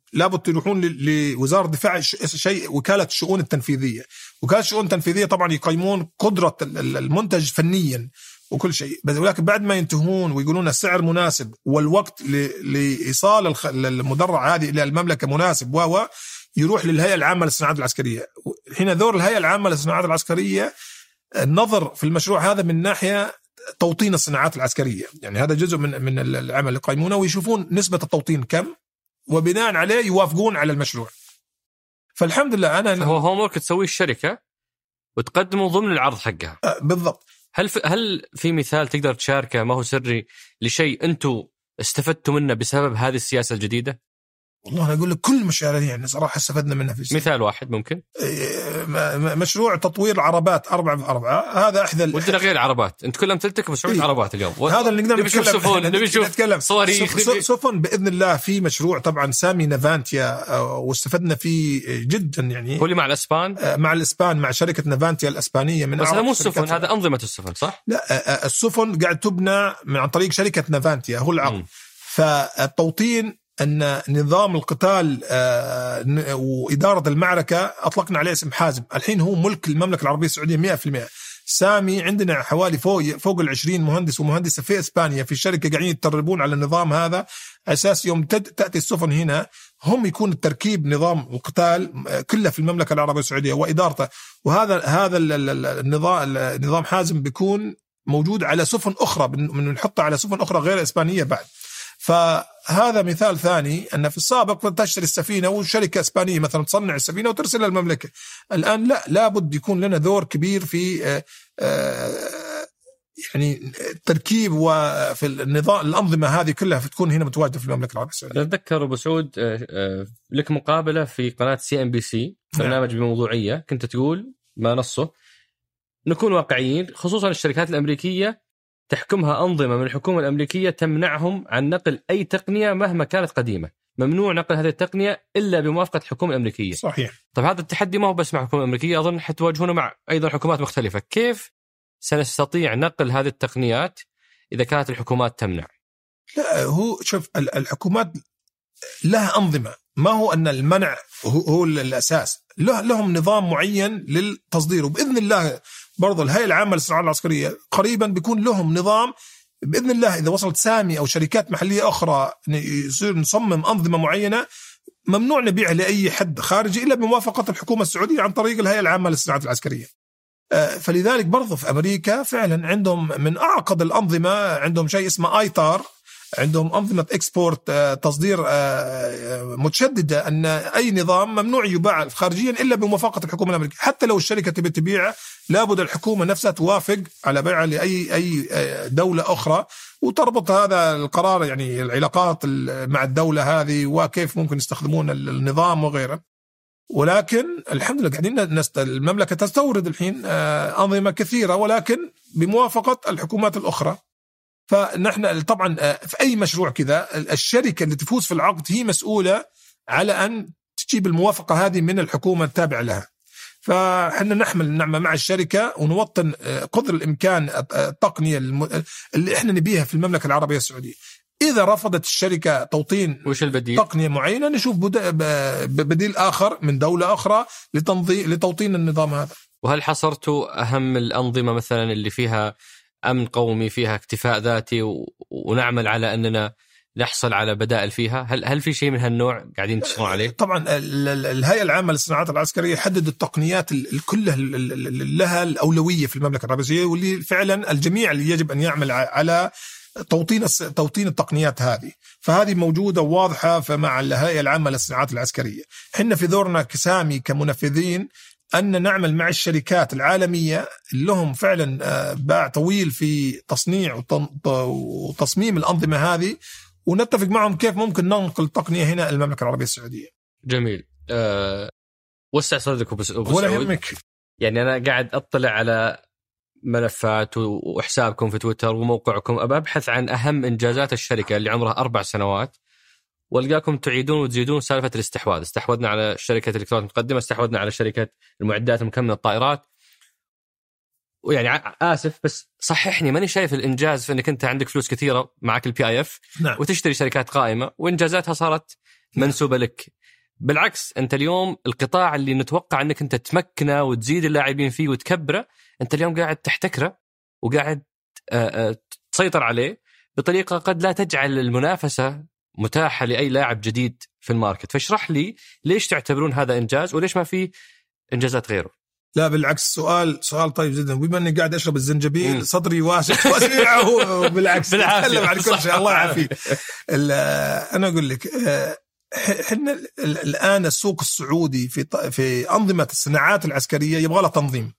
لابد يروحون لوزارة الدفاع، شيء وكالة الشؤون التنفيذية. وكالة الشؤون التنفيذية طبعا يقيمون قدرة المنتج فنيا وكل شيء، ولكن بعد ما ينتهون ويقولون السعر مناسب والوقت لإيصال المدرعة هذه إلى المملكة مناسب، و يروح للهيئة العامة للصناعات العسكرية. حين دور الهيئة العامة للصناعات العسكرية النظر في المشروع هذا من ناحية توطين الصناعات العسكرية، يعني هذا جزء من من العمل اللي يقيمونه ويشوفون نسبة التوطين كم، وبناء عليه يوافقون على المشروع. فالحمد لله أنا هو هومورك تسويه الشركة وتقدمه ضمن العرض حقها. بالضبط. هل في هل في مثال تقدر تشاركه ما هو سري لشيء أنتوا استفدتوا منه بسبب هذه السياسة الجديدة؟ والله أنا أقول لك كل مشاريع يعني صراحة استفدنا منها في السنة. مثال واحد ممكن. مشروع تطوير العربات أربعة بأربعة، هذا أحد. ودنا غير عربات، أنت كلهم تلتك بس إيه؟ عربات اليوم و... هذا اللي نقدر نشوف سفن، نبي نشوف صواريخ، سفن بإذن الله. في مشروع طبعا سامي نافانتيا واستفدنا فيه جدا، يعني هو اللي مع الإسبان، مع الإسبان مع شركة نافانتيا الإسبانية. من بس هذا مو السفن، هذا أنظمة السفن صح؟ لا، السفن قاعد تبنى من عن طريق شركة نافانتيا، هو العقد. فالتوطين أن نظام القتال آه وإدارة المعركة أطلقنا عليه اسم حازم، الحين هو ملك المملكة العربية السعودية مئة في المئة. سامي عندنا حوالي فوق فوق العشرين مهندس ومهندسة في إسبانيا في الشركة قاعدين يتدربون على النظام هذا، أساس يوم تأتي السفن هنا هم يكون التركيب نظام القتال كله في المملكة العربية السعودية وإدارته. وهذا هذا النظام نظام حازم بيكون موجود على سفن أخرى، من نحطه على سفن أخرى غير إسبانية بعد. فهذا مثال ثاني، أن في السابق تشتري السفينة والشركة إسبانية مثلا تصنع السفينة وترسلها للمملكة. الآن لا، لابد يكون لنا دور كبير في يعني التركيب وفي النظام، الأنظمة هذه كلها تكون هنا متواجدة في المملكة العربية السعودية. أتذكر أبو سعود لك مقابلة في قناة سي إم بي سي، برنامج بموضوعية، كنت تقول ما نصه نكون واقعيين، خصوصا الشركات الأمريكية تحكمها أنظمة من الحكومة الأمريكية تمنعهم عن نقل أي تقنية مهما كانت قديمة، ممنوع نقل هذه التقنية إلا بموافقة الحكومة الأمريكية. صحيح. طب هذا التحدي ما هو بس مع الحكومة الأمريكية، أظن حتواجهونه مع أيضا حكومات مختلفة. كيف سنستطيع نقل هذه التقنيات إذا كانت الحكومات تمنع؟ لا، هو شوف الحكومات لها أنظمة، ما هو أن المنع هو الأساس، لهم نظام معين للتصدير. وبإذن الله برضو الهيئة العامة للصناعات العسكرية قريبا بيكون لهم نظام بإذن الله. إذا وصلت سامي أو شركات محلية أخرى يصير نصمم أنظمة معينة ممنوع نبيعها لأي حد خارجي إلا بموافقة الحكومة السعودية عن طريق الهيئة العامة للصناعات العسكرية. فلذلك برضو في أمريكا فعلا عندهم من أعقد الأنظمة، عندهم شيء اسمه آيتار، عندهم أنظمة إكسبورت تصدير متشددة، أن أي نظام ممنوع يباع خارجيا إلا بموافقة الحكومة الأمريكية. حتى لو الشركة تبي تبيع لابد الحكومة نفسها توافق على بيعها لأي أي دولة أخرى، وتربط هذا القرار يعني العلاقات مع الدولة هذه وكيف ممكن يستخدمون النظام وغيره. ولكن الحمد لله قاعدين نست المملكة تستورد الحين أنظمة كثيرة ولكن بموافقة الحكومات الأخرى. فنحن طبعا في أي مشروع كذا الشركة اللي تفوز في العقد هي مسؤولة على أن تجيب الموافقة هذه من الحكومة التابعة لها. فحنا نحمل النعمة مع الشركة ونوطن قدر الإمكان التقنية اللي إحنا نبيها في المملكة العربية السعودية. إذا رفضت الشركة توطين وش البديل؟ تقنية معينة نشوف بديل آخر من دولة أخرى لتوطين النظام هذا. وهل حصرتوا أهم الأنظمة مثلا اللي فيها أمن قومي، فيها اكتفاء ذاتي، و... ونعمل على أننا نحصل على بدائل فيها؟ هل هل في شيء من هالنوع قاعدين تشتغلون عليه؟ طبعا الهيئة العامة للصناعات العسكرية حددت التقنيات كلها لها الأولوية في المملكة العربية السعودية، واللي فعلا الجميع اللي يجب أن يعمل على توطين توطين التقنيات هذه. فهذه موجودة وواضحة مع الهيئة العامة للصناعات العسكرية. حنا في دورنا كسامي كمنفذين أن نعمل مع الشركات العالمية اللي لهم فعلا باع طويل في تصنيع وتصميم الأنظمة هذه، ونتفق معهم كيف ممكن ننقل التقنية هنا المملكة العربية السعودية. جميل. أه وسع صدرك أبو سعود. ولا يهمك. يعني أنا قاعد أطلع على ملفات وحسابكم في تويتر وموقعكم، أبى أبحث عن أهم إنجازات الشركة اللي عمرها أربع سنوات، والقاكم تعيدون وتزيدون سالفة الاستحواذ. استحوذنا على شركة الإلكترونيات المتقدمة، استحوذنا على شركة المعدات المكملة الطائرات. ويعني آسف بس صححني ماني شايف الإنجاز في أنك أنت عندك فلوس كثيرة معك البي آي إف نعم. وتشتري شركات قائمة وإنجازاتها صارت منسوبة لك. بالعكس أنت اليوم القطاع اللي نتوقع أنك أنت تمكنه وتزيد اللاعبين فيه وتكبره، أنت اليوم قاعد تحتكره وقاعد تسيطر عليه بطريقة قد لا تجعل المنافسة متاحة لأي لاعب جديد في الماركت. فاشرح لي ليش تعتبرون هذا إنجاز وليش ما في إنجازات غيره؟ لا بالعكس، سؤال سؤال طيب جدا. بما اني قاعد اشرب الزنجبيل مم. صدري واسع واسع وبالعكس اتكلم عن كل شيء الله يعافيك. انا اقول لك احنا الان السوق السعودي في في انظمه الصناعات العسكريه يبغى لها تنظيم.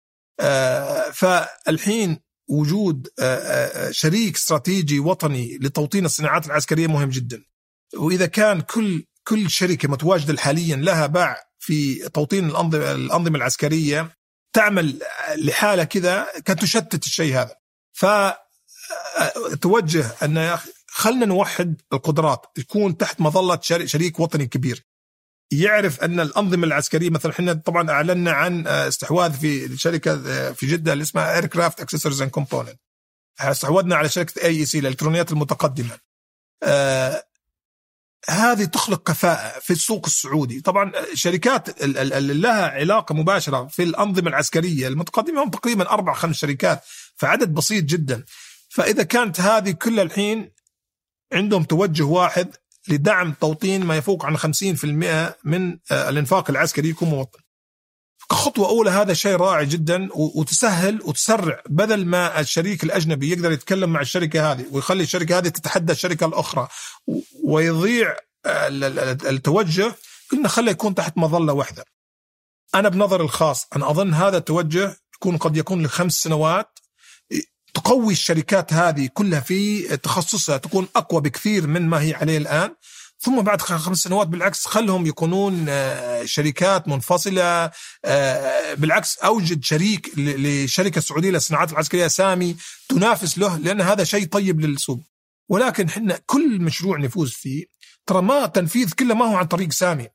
فالحين وجود شريك استراتيجي وطني لتوطين الصناعات العسكريه مهم جدا. واذا كان كل كل شركه متواجده حاليا لها باع في توطين الأنظمة, الأنظمة العسكرية تعمل لحالة كذا كانت تشتت الشيء هذا. فتوجه أن خلنا نوحد القدرات، يكون تحت مظلة شريك وطني كبير يعرف أن الأنظمة العسكرية مثلا احنا طبعا أعلنا عن استحواذ في شركة في جدة اللي اسمها Aircraft Accessories and Components، استحوذنا على شركة إيه إي سي الإلكترونيات المتقدمة. أه هذه تخلق كفاءة في السوق السعودي. طبعا شركات اللي لها علاقة مباشرة في الأنظمة العسكرية المتقدمة هم تقريبا أربع خمس شركات، فعدد بسيط جدا. فإذا كانت هذه كل الحين عندهم توجه واحد لدعم توطين ما يفوق عن خمسين بالمئة من الانفاق العسكري يكون موطن، كخطوة أولى هذا شيء رائع جدا وتسهل وتسرع، بدل ما الشريك الأجنبي يقدر يتكلم مع الشركة هذه ويخلي الشركة هذه تتحدى الشركة الأخرى ويضيع التوجه، قلنا خليه يكون تحت مظلة واحدة. أنا بنظر الخاص أنا أظن هذا التوجه يكون قد يكون لخمس سنوات تقوي الشركات هذه كلها في تخصصها، تكون أقوى بكثير من ما هي عليه الآن. ثم بعد خمس سنوات بالعكس خلهم يكونون شركات منفصلة. بالعكس أوجد شريك لشركة السعودية للصناعات العسكرية سامي تنافس له، لأن هذا شيء طيب للسوق. ولكن حنا كل مشروع نفوز فيه ترى ما تنفيذ كله ما هو عن طريق سامي،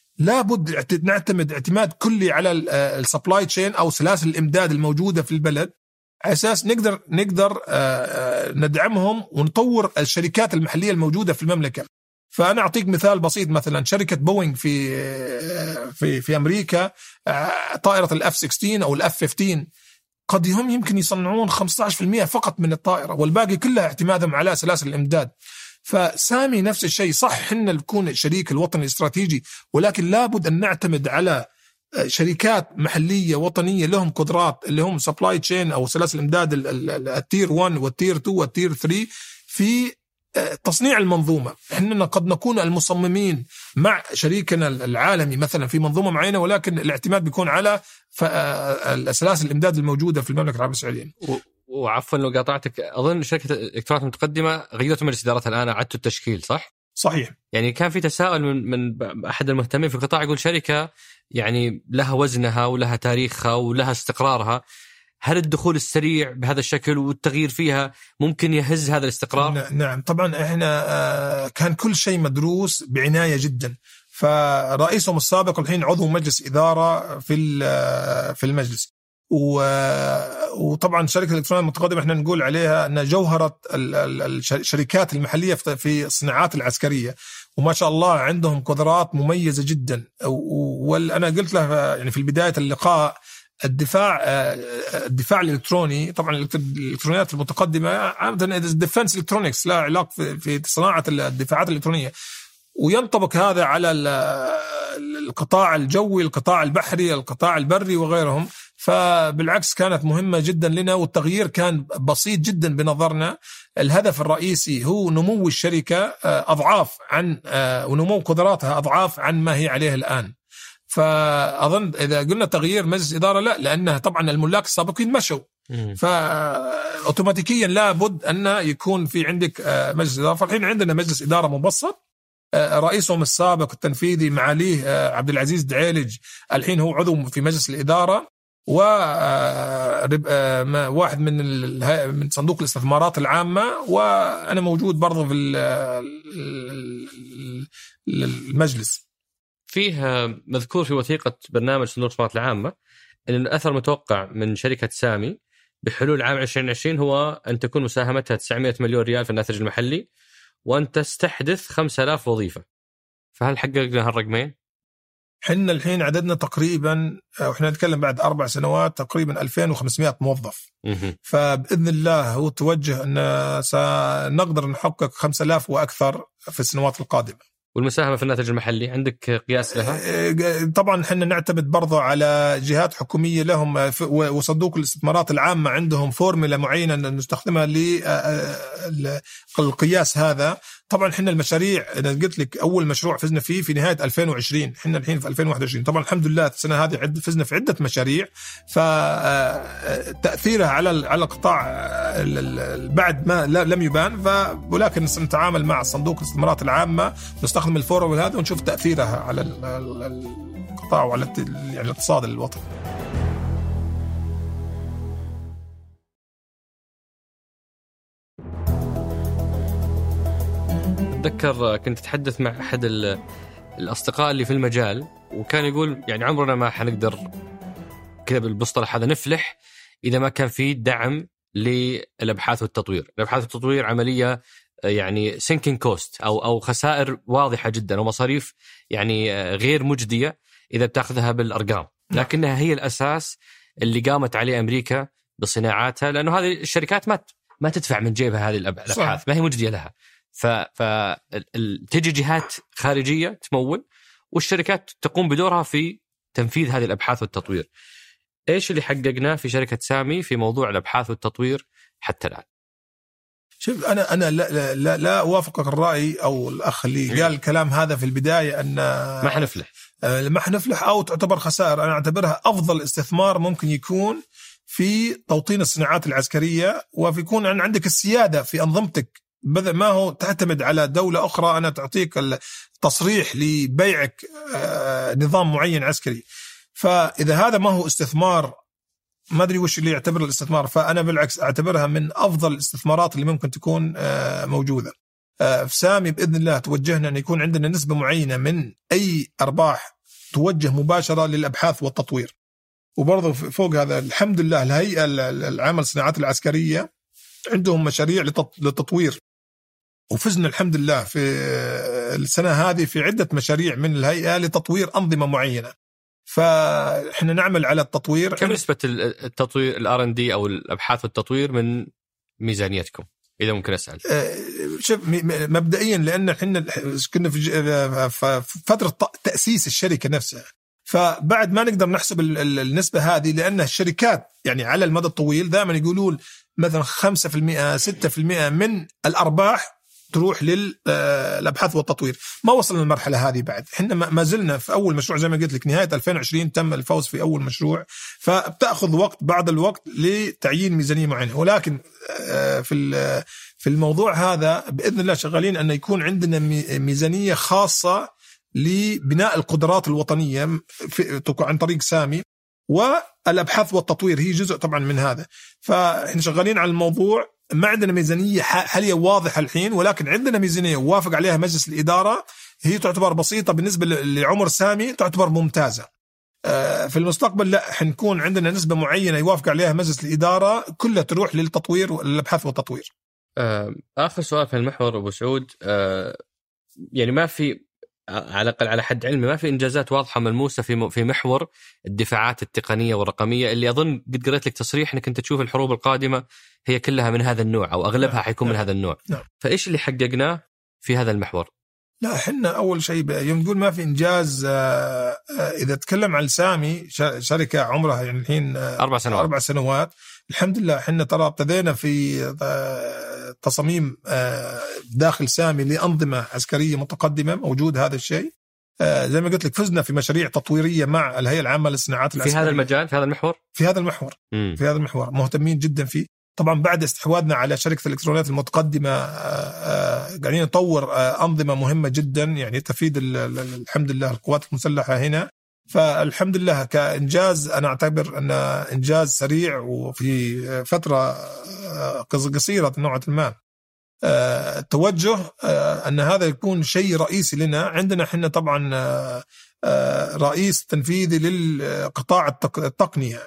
لابد نعتمد اعتماد كلي على السبلاي تشين أو سلاسل الإمداد الموجودة في البلد، على أساس نقدر نقدر ندعمهم ونطور الشركات المحلية الموجودة في المملكة. فأنا أعطيك مثال بسيط، مثلا شركة بوينغ في في في أمريكا طائرة الإف ستة عشر أو الإف خمسة عشر قد هم يمكن يصنعون خمسة عشر بالمئة فقط من الطائرة، والباقي كلها اعتمادهم على سلاسل الإمداد. فسامي نفس الشيء، صح إحنا نكون الشريك الوطني الاستراتيجي، ولكن لابد أن نعتمد على شركات محلية وطنية لهم قدرات اللي هم سبلاي تشين أو سلاسل الإمداد التير واحد والتير اثنين والتير ثلاثة في تصنيع المنظومة. إحنا قد نكون المصممين مع شريكنا العالمي مثلا في منظومة معينة، ولكن الاعتماد بيكون على السلاسل الإمداد الموجودة في المملكة العربية السعودية. وعفوا لو قاطعتك، أظن شركة الإلكترونيات المتقدمة غيرت مجلس إدارتها الآن، أعدت التشكيل صح؟ صحيح. يعني كان في تساؤل من من أحد المهتمين في القطاع يقول شركة يعني لها وزنها ولها تاريخها ولها استقرارها، هل الدخول السريع بهذا الشكل والتغيير فيها ممكن يهز هذا الاستقرار؟ نعم طبعا احنا كان كل شيء مدروس بعناية جدا. فرئيسهم السابق الحين عضو مجلس إدارة في في المجلس، وطبعا شركة الإلكترونيات المتقدمة احنا نقول عليها أن جوهرة الشركات المحلية في الصناعات العسكرية، وما شاء الله عندهم قدرات مميزة جدا. وأنا قلت له يعني في بداية اللقاء الدفاع الدفاع الإلكتروني، طبعا الإلكترونيات المتقدمة عادة ديفنس إلكترونيكس لا علاقة في صناعة الدفاعات الإلكترونية، وينطبق هذا على القطاع الجوي، القطاع البحري، القطاع البري وغيرهم. فبالعكس كانت مهمة جدا لنا، والتغيير كان بسيط جدا بنظرنا. الهدف الرئيسي هو نمو الشركة أضعاف عن ونمو قدراتها أضعاف عن ما هي عليه الآن. فأظن إذا قلنا تغيير مجلس إدارة لا، لأنها طبعا الملاك السابقين مشوا، فأوتوماتيكيا لابد أن يكون في عندك مجلس إدارة. فالحين عندنا مجلس إدارة مبسط، رئيسهم السابق التنفيذي معاليه عبد العزيز دعيلج الحين هو عضو في مجلس الإدارة، وواحد من من صندوق الاستثمارات العامة، وأنا موجود برضو في المجلس. فيه مذكور في وثيقة برنامج صندوق الاستثمارات العامة الأثر المتوقع من شركة سامي بحلول عام عشرين عشرين هو أن تكون مساهمتها تسعمائة مليون ريال في الناتج المحلي، وأن تستحدث خمسة آلاف وظيفة. فهل حققنا هالرقمين؟ حنا الحين عددنا تقريبا، وإحنا نتكلم بعد أربع سنوات، تقريبا ألفين وخمسمائة موظف. مه. فبإذن الله هو توجه أن سنقدر نحقق خمسة آلاف وأكثر في السنوات القادمة. والمساهمة في الناتج المحلي عندك قياس لها؟ طبعا حنا نعتمد برضو على جهات حكومية لهم، وصندوق الاستثمارات العامة عندهم فورمولا معينة نستخدمها للقياس هذا. طبعا حنا المشاريع أنا قلت لك أول مشروع فزنا فيه في نهاية ألفين وعشرين، حنا الحين في ألفين وواحد وعشرين. طبعا الحمد لله السنة هذه عد فزنا في عدة مشاريع، فتأثيرها على على القطاع بعد ما لم يبان، ولكن سنتعامل مع صندوق الاستثمارات العامة، نستخدم الفورمولا هذا ونشوف تأثيرها على القطاع وعلى يعني الاقتصاد الوطني. أتذكر كنت أتحدث مع أحد الأصدقاء اللي في المجال، وكان يقول يعني عمرنا ما حنقدر كذا بالمصطلح هذا نفلح إذا ما كان في دعم للأبحاث والتطوير. الأبحاث والتطوير عملية يعني sinking cost أو أو خسائر واضحة جدا ومصاريف يعني غير مجدية إذا بتأخذها بالأرقام، لكنها هي الأساس اللي قامت عليه أمريكا بصناعاتها، لأنه هذه الشركات ما ما تدفع من جيبها هذه الأبحاث، ما هي مجدية لها. فتجي جهات خارجية تمول، والشركات تقوم بدورها في تنفيذ هذه الأبحاث والتطوير. إيش اللي حققناه في شركة سامي في موضوع الأبحاث والتطوير حتى الآن؟ شوف أنا أنا لا لا لا أوافقك الرأي أو الأخ اللي قال الكلام هذا في البداية أن ما حنفلح ما حنفلح أو تعتبر خسائر. أنا أعتبرها أفضل استثمار ممكن يكون في توطين الصناعات العسكرية، وفي يكون عندك السيادة في أنظمتك، بدل ما هو تعتمد على دولة أخرى أنا تعطيك التصريح لبيعك نظام معين عسكري. فإذا هذا ما هو استثمار، ما أدري وش اللي يعتبر الاستثمار، فأنا بالعكس أعتبرها من أفضل الاستثمارات اللي ممكن تكون موجودة. في سامي بإذن الله توجهنا أن يكون عندنا نسبة معينة من أي أرباح توجه مباشرة للأبحاث والتطوير. وبرضه فوق هذا الحمد لله الهيئة العامة للصناعات العسكرية عندهم مشاريع للتطوير، وفزنا الحمد لله في السنة هذه في عدة مشاريع من الهيئة لتطوير أنظمة معينة. فإحنا نعمل على التطوير. كم نسبة التطوير الار ان دي أو الأبحاث والتطوير من ميزانيتكم إذا ممكن أسأل؟ شوف مبدئيا لأن إحنا كنا في فترة تأسيس الشركة نفسها، فبعد ما نقدر نحسب النسبة هذه، لأن الشركات يعني على المدى الطويل دائما يقولون مثلا خمسة بالمئة ستة بالمئة من الأرباح تروح للأبحاث والتطوير. ما وصلنا للمرحلة هذه بعد، إحنا ما زلنا في أول مشروع زي ما قلت لك، نهاية ألفين وعشرين تم الفوز في أول مشروع، فبتأخذ وقت بعض الوقت لتعيين ميزانية معينة. ولكن في في الموضوع هذا بإذن الله شغالين أن يكون عندنا ميزانية خاصة لبناء القدرات الوطنية عن طريق سامي، والأبحاث والتطوير هي جزء طبعا من هذا. فإحنا شغالين على الموضوع، ما عندنا ميزانية حاليا واضحة الحين، ولكن عندنا ميزانية وافق عليها مجلس الإدارة، هي تعتبر بسيطة بالنسبة لعمر سامي، تعتبر ممتازة. في المستقبل لا حنكون عندنا نسبة معينة يوافق عليها مجلس الإدارة كلها تروح للتطوير والأبحاث والتطوير. آخر سؤال في المحور أبو سعود، يعني ما في على الأقل على حد علمي ما في إنجازات واضحة ملموسة في في محور الدفاعات التقنية والرقمية، اللي أظن قد قرأت لك تصريح أنك أنت تشوف الحروب القادمة هي كلها من هذا النوع أو أغلبها نعم. حيكون نعم. من هذا النوع نعم. فإيش اللي حققناه في هذا المحور؟ لا حنا أول شيء يوم نقول ما في إنجاز، إذا تكلم عن سامي شركة عمرها يعني الحين أربع سنوات أربع سنوات الحمد لله، حنا ترى ابتدينا في تصميم داخل سامي لأنظمة عسكرية متقدمة، موجود هذا الشيء. زي ما قلت لك فزنا في مشاريع تطويرية مع الهيئة العامة للصناعات العسكرية في هذا المجال، في هذا المحور في هذا المحور م. في هذا المحور مهتمين جدا فيه. طبعا بعد استحواذنا على شركة الإلكترونيات المتقدمة قاعدين نطور أنظمة مهمة جدا يعني تفيد الحمد لله القوات المسلحة هنا. فالحمد لله كإنجاز أنا أعتبر أن إنجاز سريع وفي فترة قصيرة نوعا ما. التوجه أن هذا يكون شيء رئيسي لنا. عندنا حنا طبعا رئيس تنفيذي للقطاع التقنية،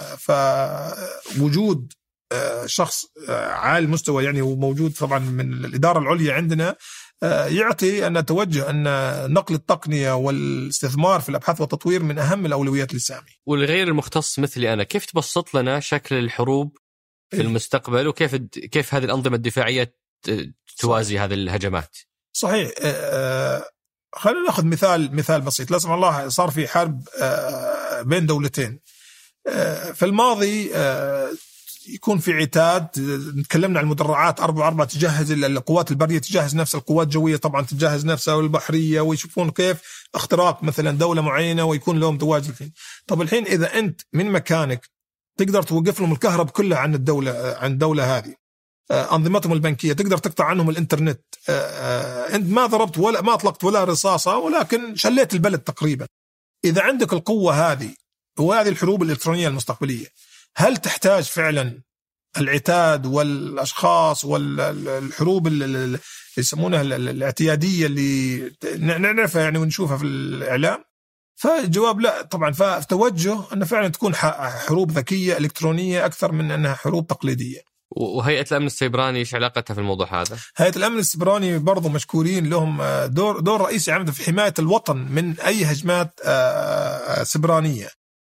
فوجود شخص عالي المستوى يعني وموجود طبعا من الإدارة العليا عندنا يعطي أن توجه أن نقل التقنية والاستثمار في الأبحاث والتطوير من أهم الأولويات للسامي. والغير المختص مثلي أنا، كيف تبسط لنا شكل الحروب في المستقبل وكيف كيف هذه الأنظمة الدفاعية توازي هذه الهجمات؟ صحيح. خلينا نأخذ مثال مثال بسيط. لا سمح الله صار في حرب بين دولتين في الماضي، يكون في عتاد، نتكلمنا عن المدرعات أربعة أربعة تجهز القوات البرية تجهز نفسها، القوات الجوية طبعا تجهز نفسها والبحرية، ويشوفون كيف اختراق مثلا دولة معينة ويكون لهم تواجد فيه. طب الحين إذا أنت من مكانك تقدر توقف لهم الكهرباء كلها عن الدولة عن الدولة هذه، أنظمتهم البنكية تقدر تقطع عنهم الإنترنت، أنت ما ضربت ولا ما أطلقت ولا رصاصة ولكن شليت البلد تقريبا. إذا عندك القوة هذه وهذه الحروب الإلكترونية المستقبلية، هل تحتاج فعلا العتاد والأشخاص والحروب اللي يسمونها الاعتيادية اللي نعرفها يعني ونشوفها في الإعلام؟ فالجواب لا طبعا. فتوجه أن فعلا تكون حروب ذكية إلكترونية أكثر من أنها حروب تقليدية. وهيئة الأمن السيبراني إيش علاقتها في الموضوع هذا؟ هيئة الأمن السيبراني برضو مشكورين، لهم دور دور رئيسي عمدا في حماية الوطن من أي هجمات سيبرانية.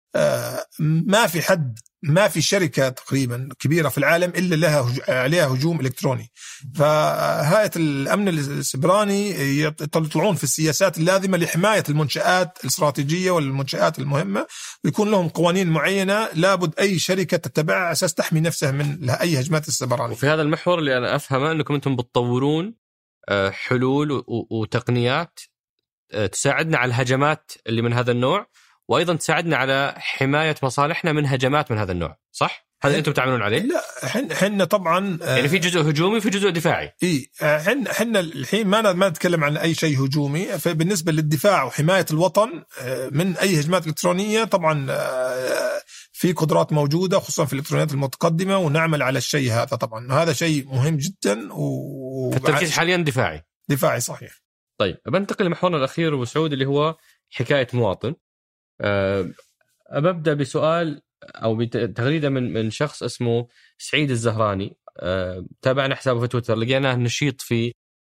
ما في حد ما في شركة تقريبا كبيرة في العالم إلا لها عليها هجوم إلكتروني. فهيئة الأمن السيبراني يطلعون في السياسات اللازمة لحماية المنشآت الاستراتيجية والمنشآت المهمة، ويكون لهم قوانين معينة لابد أي شركة تتبعها على أساس تحمي نفسها من أي هجمات السيبرانية. وفي هذا المحور اللي أنا أفهمه أنكم أنتم بتطورون حلول وتقنيات تساعدنا على الهجمات اللي من هذا النوع، وأيضا تساعدنا على حماية مصالحنا من هجمات من هذا النوع، صح؟ هذا أنتم تعملون عليه؟ لا حن حنا طبعا يعني في جزء هجومي وفي جزء دفاعي. إيه حنا حنا الحين ما ما نتكلم عن أي شيء هجومي. فبالنسبة للدفاع وحماية الوطن من أي هجمات إلكترونية طبعا في قدرات موجودة خصوصا في الإلكترونيات المتقدمة، ونعمل على الشيء هذا طبعا. هذا شيء مهم جدا و التركيز حاليا دفاعي. دفاعي صحيح. طيب بنتقل لمحورنا الأخير وسعود اللي هو حكاية مواطن. أبدأ بسؤال أو بتغريدة من من شخص اسمه سعيد الزهراني. تابعنا حسابه في تويتر، لقيناه نشيط في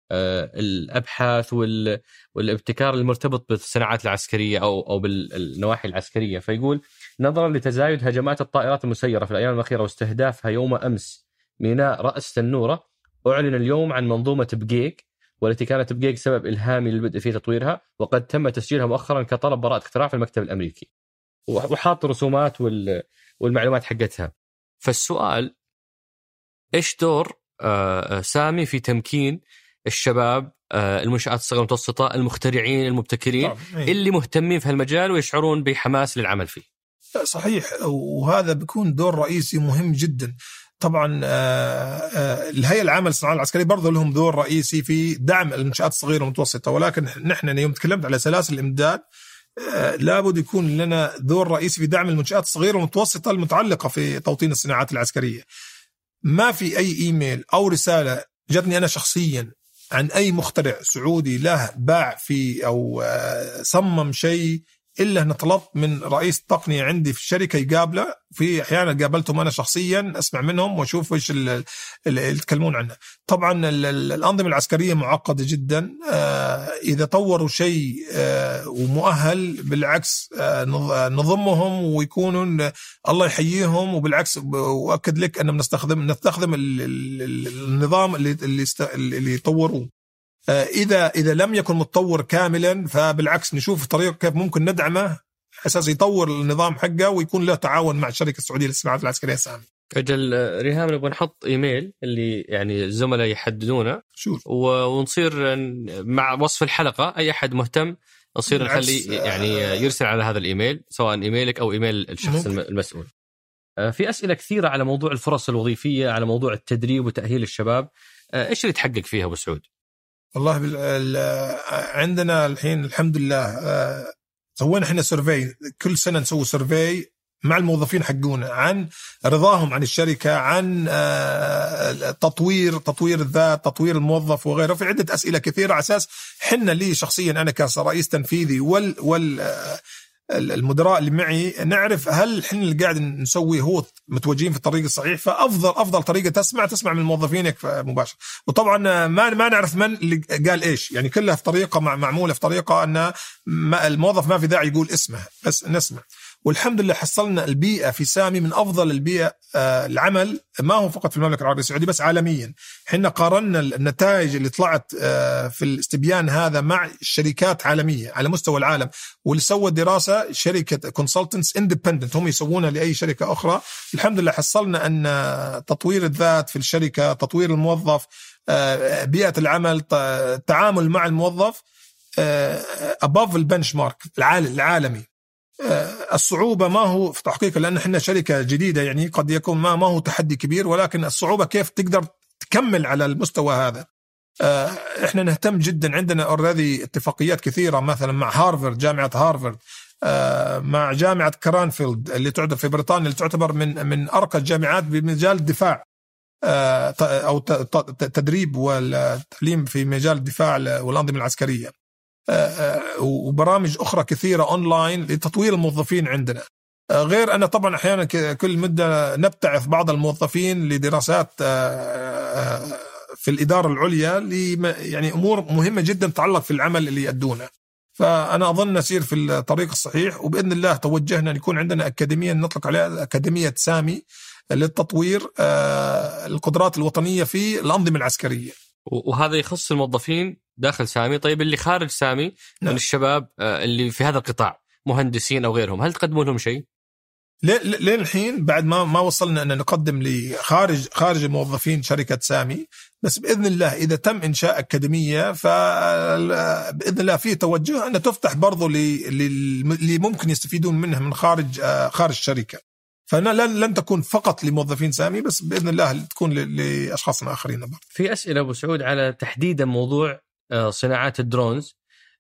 الأبحاث والابتكار المرتبط بالصناعات العسكرية أو أو بالنواحي العسكرية. فيقول: نظرا لتزايد هجمات الطائرات المسيرة في الأيام الأخيرة واستهدافها يوم أمس ميناء رأس تنورة، أعلن اليوم عن منظومة بقيك، والتي كانت بقيك سبب إلهامي للبدء في تطويرها، وقد تم تسجيلها مؤخرا كطلب براءة اختراع في المكتب الأمريكي، وحاط رسومات والمعلومات حقتها. فالسؤال: إيش دور سامي في تمكين الشباب المنشآت الصغيرة والمتوسطة المخترعين المبتكرين اللي مهتمين في هالمجال ويشعرون بحماس للعمل فيه؟ صحيح، وهذا بيكون دور رئيسي مهم جدا. طبعا الهيئة العامة للصناعة العسكرية برضو لهم دور رئيسي في دعم المنشآت الصغيرة والمتوسطة، ولكن نحن يوم تكلمت على سلاسل الإمداد لابد يكون لنا دور رئيسي في دعم المنشآت الصغيرة والمتوسطة المتعلقة في توطين الصناعات العسكرية. ما في أي إيميل أو رسالة جتني أنا شخصيا عن أي مخترع سعودي له باع في أو صمم شيء إلا أن طلبت من رئيس التقنية عندي في الشركة يقابله. في أحيانا قابلتهم أنا شخصيا أسمع منهم وأشوف إيش اللي يتكلمون عنه. طبعا الأنظمة العسكرية معقدة جدا، إذا طوروا شيء ومؤهل بالعكس نضمهم ويكونون الله يحييهم، وبالعكس وأكد لك أن نستخدم نستخدم النظام اللي اللي يطوروه. إذا إذا لم يكن متطور كاملا فبالعكس نشوف طريقة كيف ممكن ندعمه أساس يطور النظام حقه ويكون له تعاون مع الشركة السعودية للصناعات العسكرية سامي. أجل ريهام، نبغى نحط إيميل اللي يعني الزملاء يحددونه ونصير مع وصف الحلقة أي أحد مهتم نصير نخلي يعني يرسل على هذا الإيميل، سواء إيميلك أو إيميل الشخص ممكن. المسؤول. في أسئلة كثيرة على موضوع الفرص الوظيفية، على موضوع التدريب وتأهيل الشباب. إيش اللي تحقق فيها أبو سعود؟ والله عندنا الحين الحمد لله سوينا احنا سيرفي، كل سنة نسوي سيرفي مع الموظفين حقونا عن رضاهم عن الشركة، عن تطوير تطوير الذات، تطوير الموظف وغيره. في عدة أسئلة كثيرة على أساس حنا لي شخصيا أنا كرئيس تنفيذي وال وال المدراء اللي معي نعرف هل حنا اللي قاعد نسوي هو متوجهين في الطريق الصحيح. فأفضل أفضل طريقة تسمع تسمع من موظفينك مباشرة. وطبعا ما ما نعرف من اللي قال إيش، يعني كلها في طريقة معمولة في طريقة أن الموظف ما في داعي يقول اسمه، بس نسمع. والحمد لله حصلنا البيئة في سامي من أفضل البيئة آه العمل، ما هو فقط في المملكة العربية السعودية بس عالميا. حنا قارنا النتائج اللي طلعت آه في الاستبيان هذا مع الشركات عالمية على مستوى العالم، واللي سوى دراسة شركة كونسلتنتس اندبندنت هم يسوونها لأي شركة أخرى. الحمد لله حصلنا أن تطوير الذات في الشركة، تطوير الموظف، آه بيئة العمل، التعامل مع الموظف آه above البنش مارك العالمي. الصعوبة ما هو في تحقيق، لأن احنا شركة جديدة يعني قد يكون ما ما هو تحدي كبير، ولكن الصعوبة كيف تقدر تكمل على المستوى هذا. احنا نهتم جدا، عندنا اوريدي اتفاقيات كثيرة مثلا مع هارفارد، جامعة هارفارد، مع جامعة كرانفيلد اللي تعتبر في بريطانيا، اللي تعتبر من من أرقى الجامعات بمجال الدفاع أو تدريب والتعليم في مجال الدفاع والأنظمة العسكرية، وبرامج أخرى كثيرة أونلاين لتطوير الموظفين عندنا. غير أن طبعا أحيانا كل مدة نبتعث بعض الموظفين لدراسات في الإدارة العليا يعني أمور مهمة جدا تتعلق في العمل اللي يأدونه. فأنا أظن نسير في الطريق الصحيح، وبإذن الله توجهنا أن يكون عندنا أكاديمية نطلق عليها أكاديمية سامي للتطوير القدرات الوطنية في الأنظمة العسكرية، وهذا يخص الموظفين داخل سامي. طيب اللي خارج سامي من نعم. الشباب اللي في هذا القطاع مهندسين أو غيرهم، هل تقدموا لهم شيء؟ لين الحين بعد ما ما وصلنا أن نقدم لخارج خارج الموظفين شركة سامي، بس بإذن الله إذا تم إنشاء أكاديمية فبإذن الله في توجه أن تفتح برضو اللي ممكن يستفيدون منها من خارج خارج الشركة. فلن لن تكون فقط لموظفين سامي، بس بإذن الله تكون لأشخاص آخرين برضو. في أسئلة أبو سعود على تحديدا موضوع صناعات الدرونز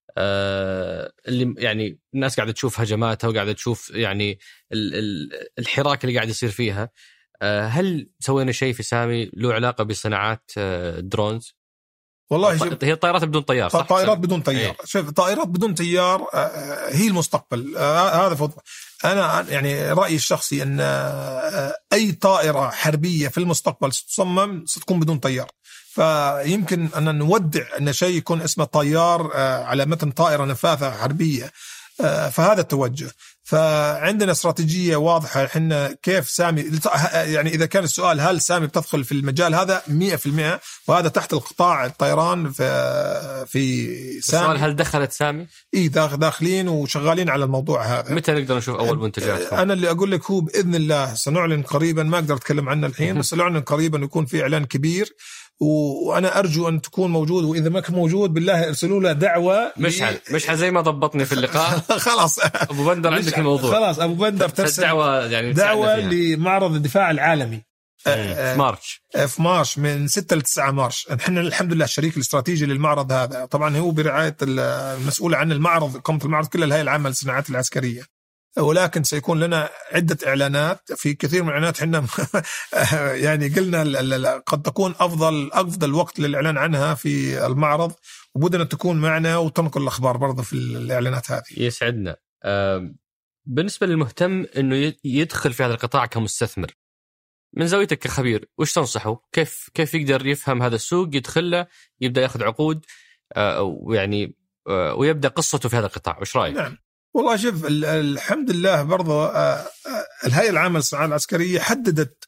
اللي يعني الناس قاعدة تشوف هجماتها وقاعدة تشوف يعني الحراك اللي قاعد يصير فيها. هل سوينا شيء في سامي له علاقة بصناعات الدرونز؟ والله هي طائرات بدون طيار صح؟ طائرات بدون طيار. ايه. شوف طائرات بدون طيار هي المستقبل. هذا فضل. أنا يعني رأيي الشخصي أن أي طائرة حربية في المستقبل ستصمم ستكون بدون طيار. فيمكن أن نودع أن شيء يكون اسمه طيار على متن طائرة نفاثة حربية. فهذا التوجه. فعندنا استراتيجية واضحة حنا كيف سامي يعني إذا كان السؤال هل سامي بتدخل في المجال هذا مئة في المئة، وهذا تحت القطاع الطيران في في سامي. السؤال هل دخلت سامي؟ إيه داخلين وشغالين على الموضوع هذا. متى نقدر نشوف أول منتجات؟ أنا اللي أقول لك هو بإذن الله سنعلن قريبا، ما أقدر أتكلم عنه الحين بس سنعلن قريبا يكون في إعلان كبير، وأنا أرجو أن تكون موجود، وإذا ما كان موجود بالله ارسلوا له دعوة. مشعل مشعل زي ما ضبطني في اللقاء. خلاص أبو بندر عندك الموضوع. خلاص أبو بندر ترسل دعوة يعني دعوة لمعرض الدفاع العالمي في مارش في مارش من ستة لتسعة مارش. نحن الحمد لله الشريك الاستراتيجي للمعرض هذا، طبعا هو برعاية المسؤول عن المعرض، قامة المعرض كلها الهيئة العامة للصناعات العسكرية، ولكن سيكون لنا عدة إعلانات في كثير من الإعلانات. حنا يعني قلنا قد تكون أفضل أفضل وقت للإعلان عنها في المعرض، وبدنا تكون معنا وتنقل الأخبار برضه في الإعلانات هذه. يسعدنا. بالنسبة للمهتم إنه يدخل في هذا القطاع كمستثمر، من زاويتك كخبير وش تنصحه؟ كيف كيف يقدر يفهم هذا السوق، يدخله، يبدأ يأخذ عقود ويعني ويبدأ قصته في هذا القطاع؟ وش رأيك؟ نعم والله شوف الحمد لله برضه الهيئة العامة للصناعات العسكرية حددت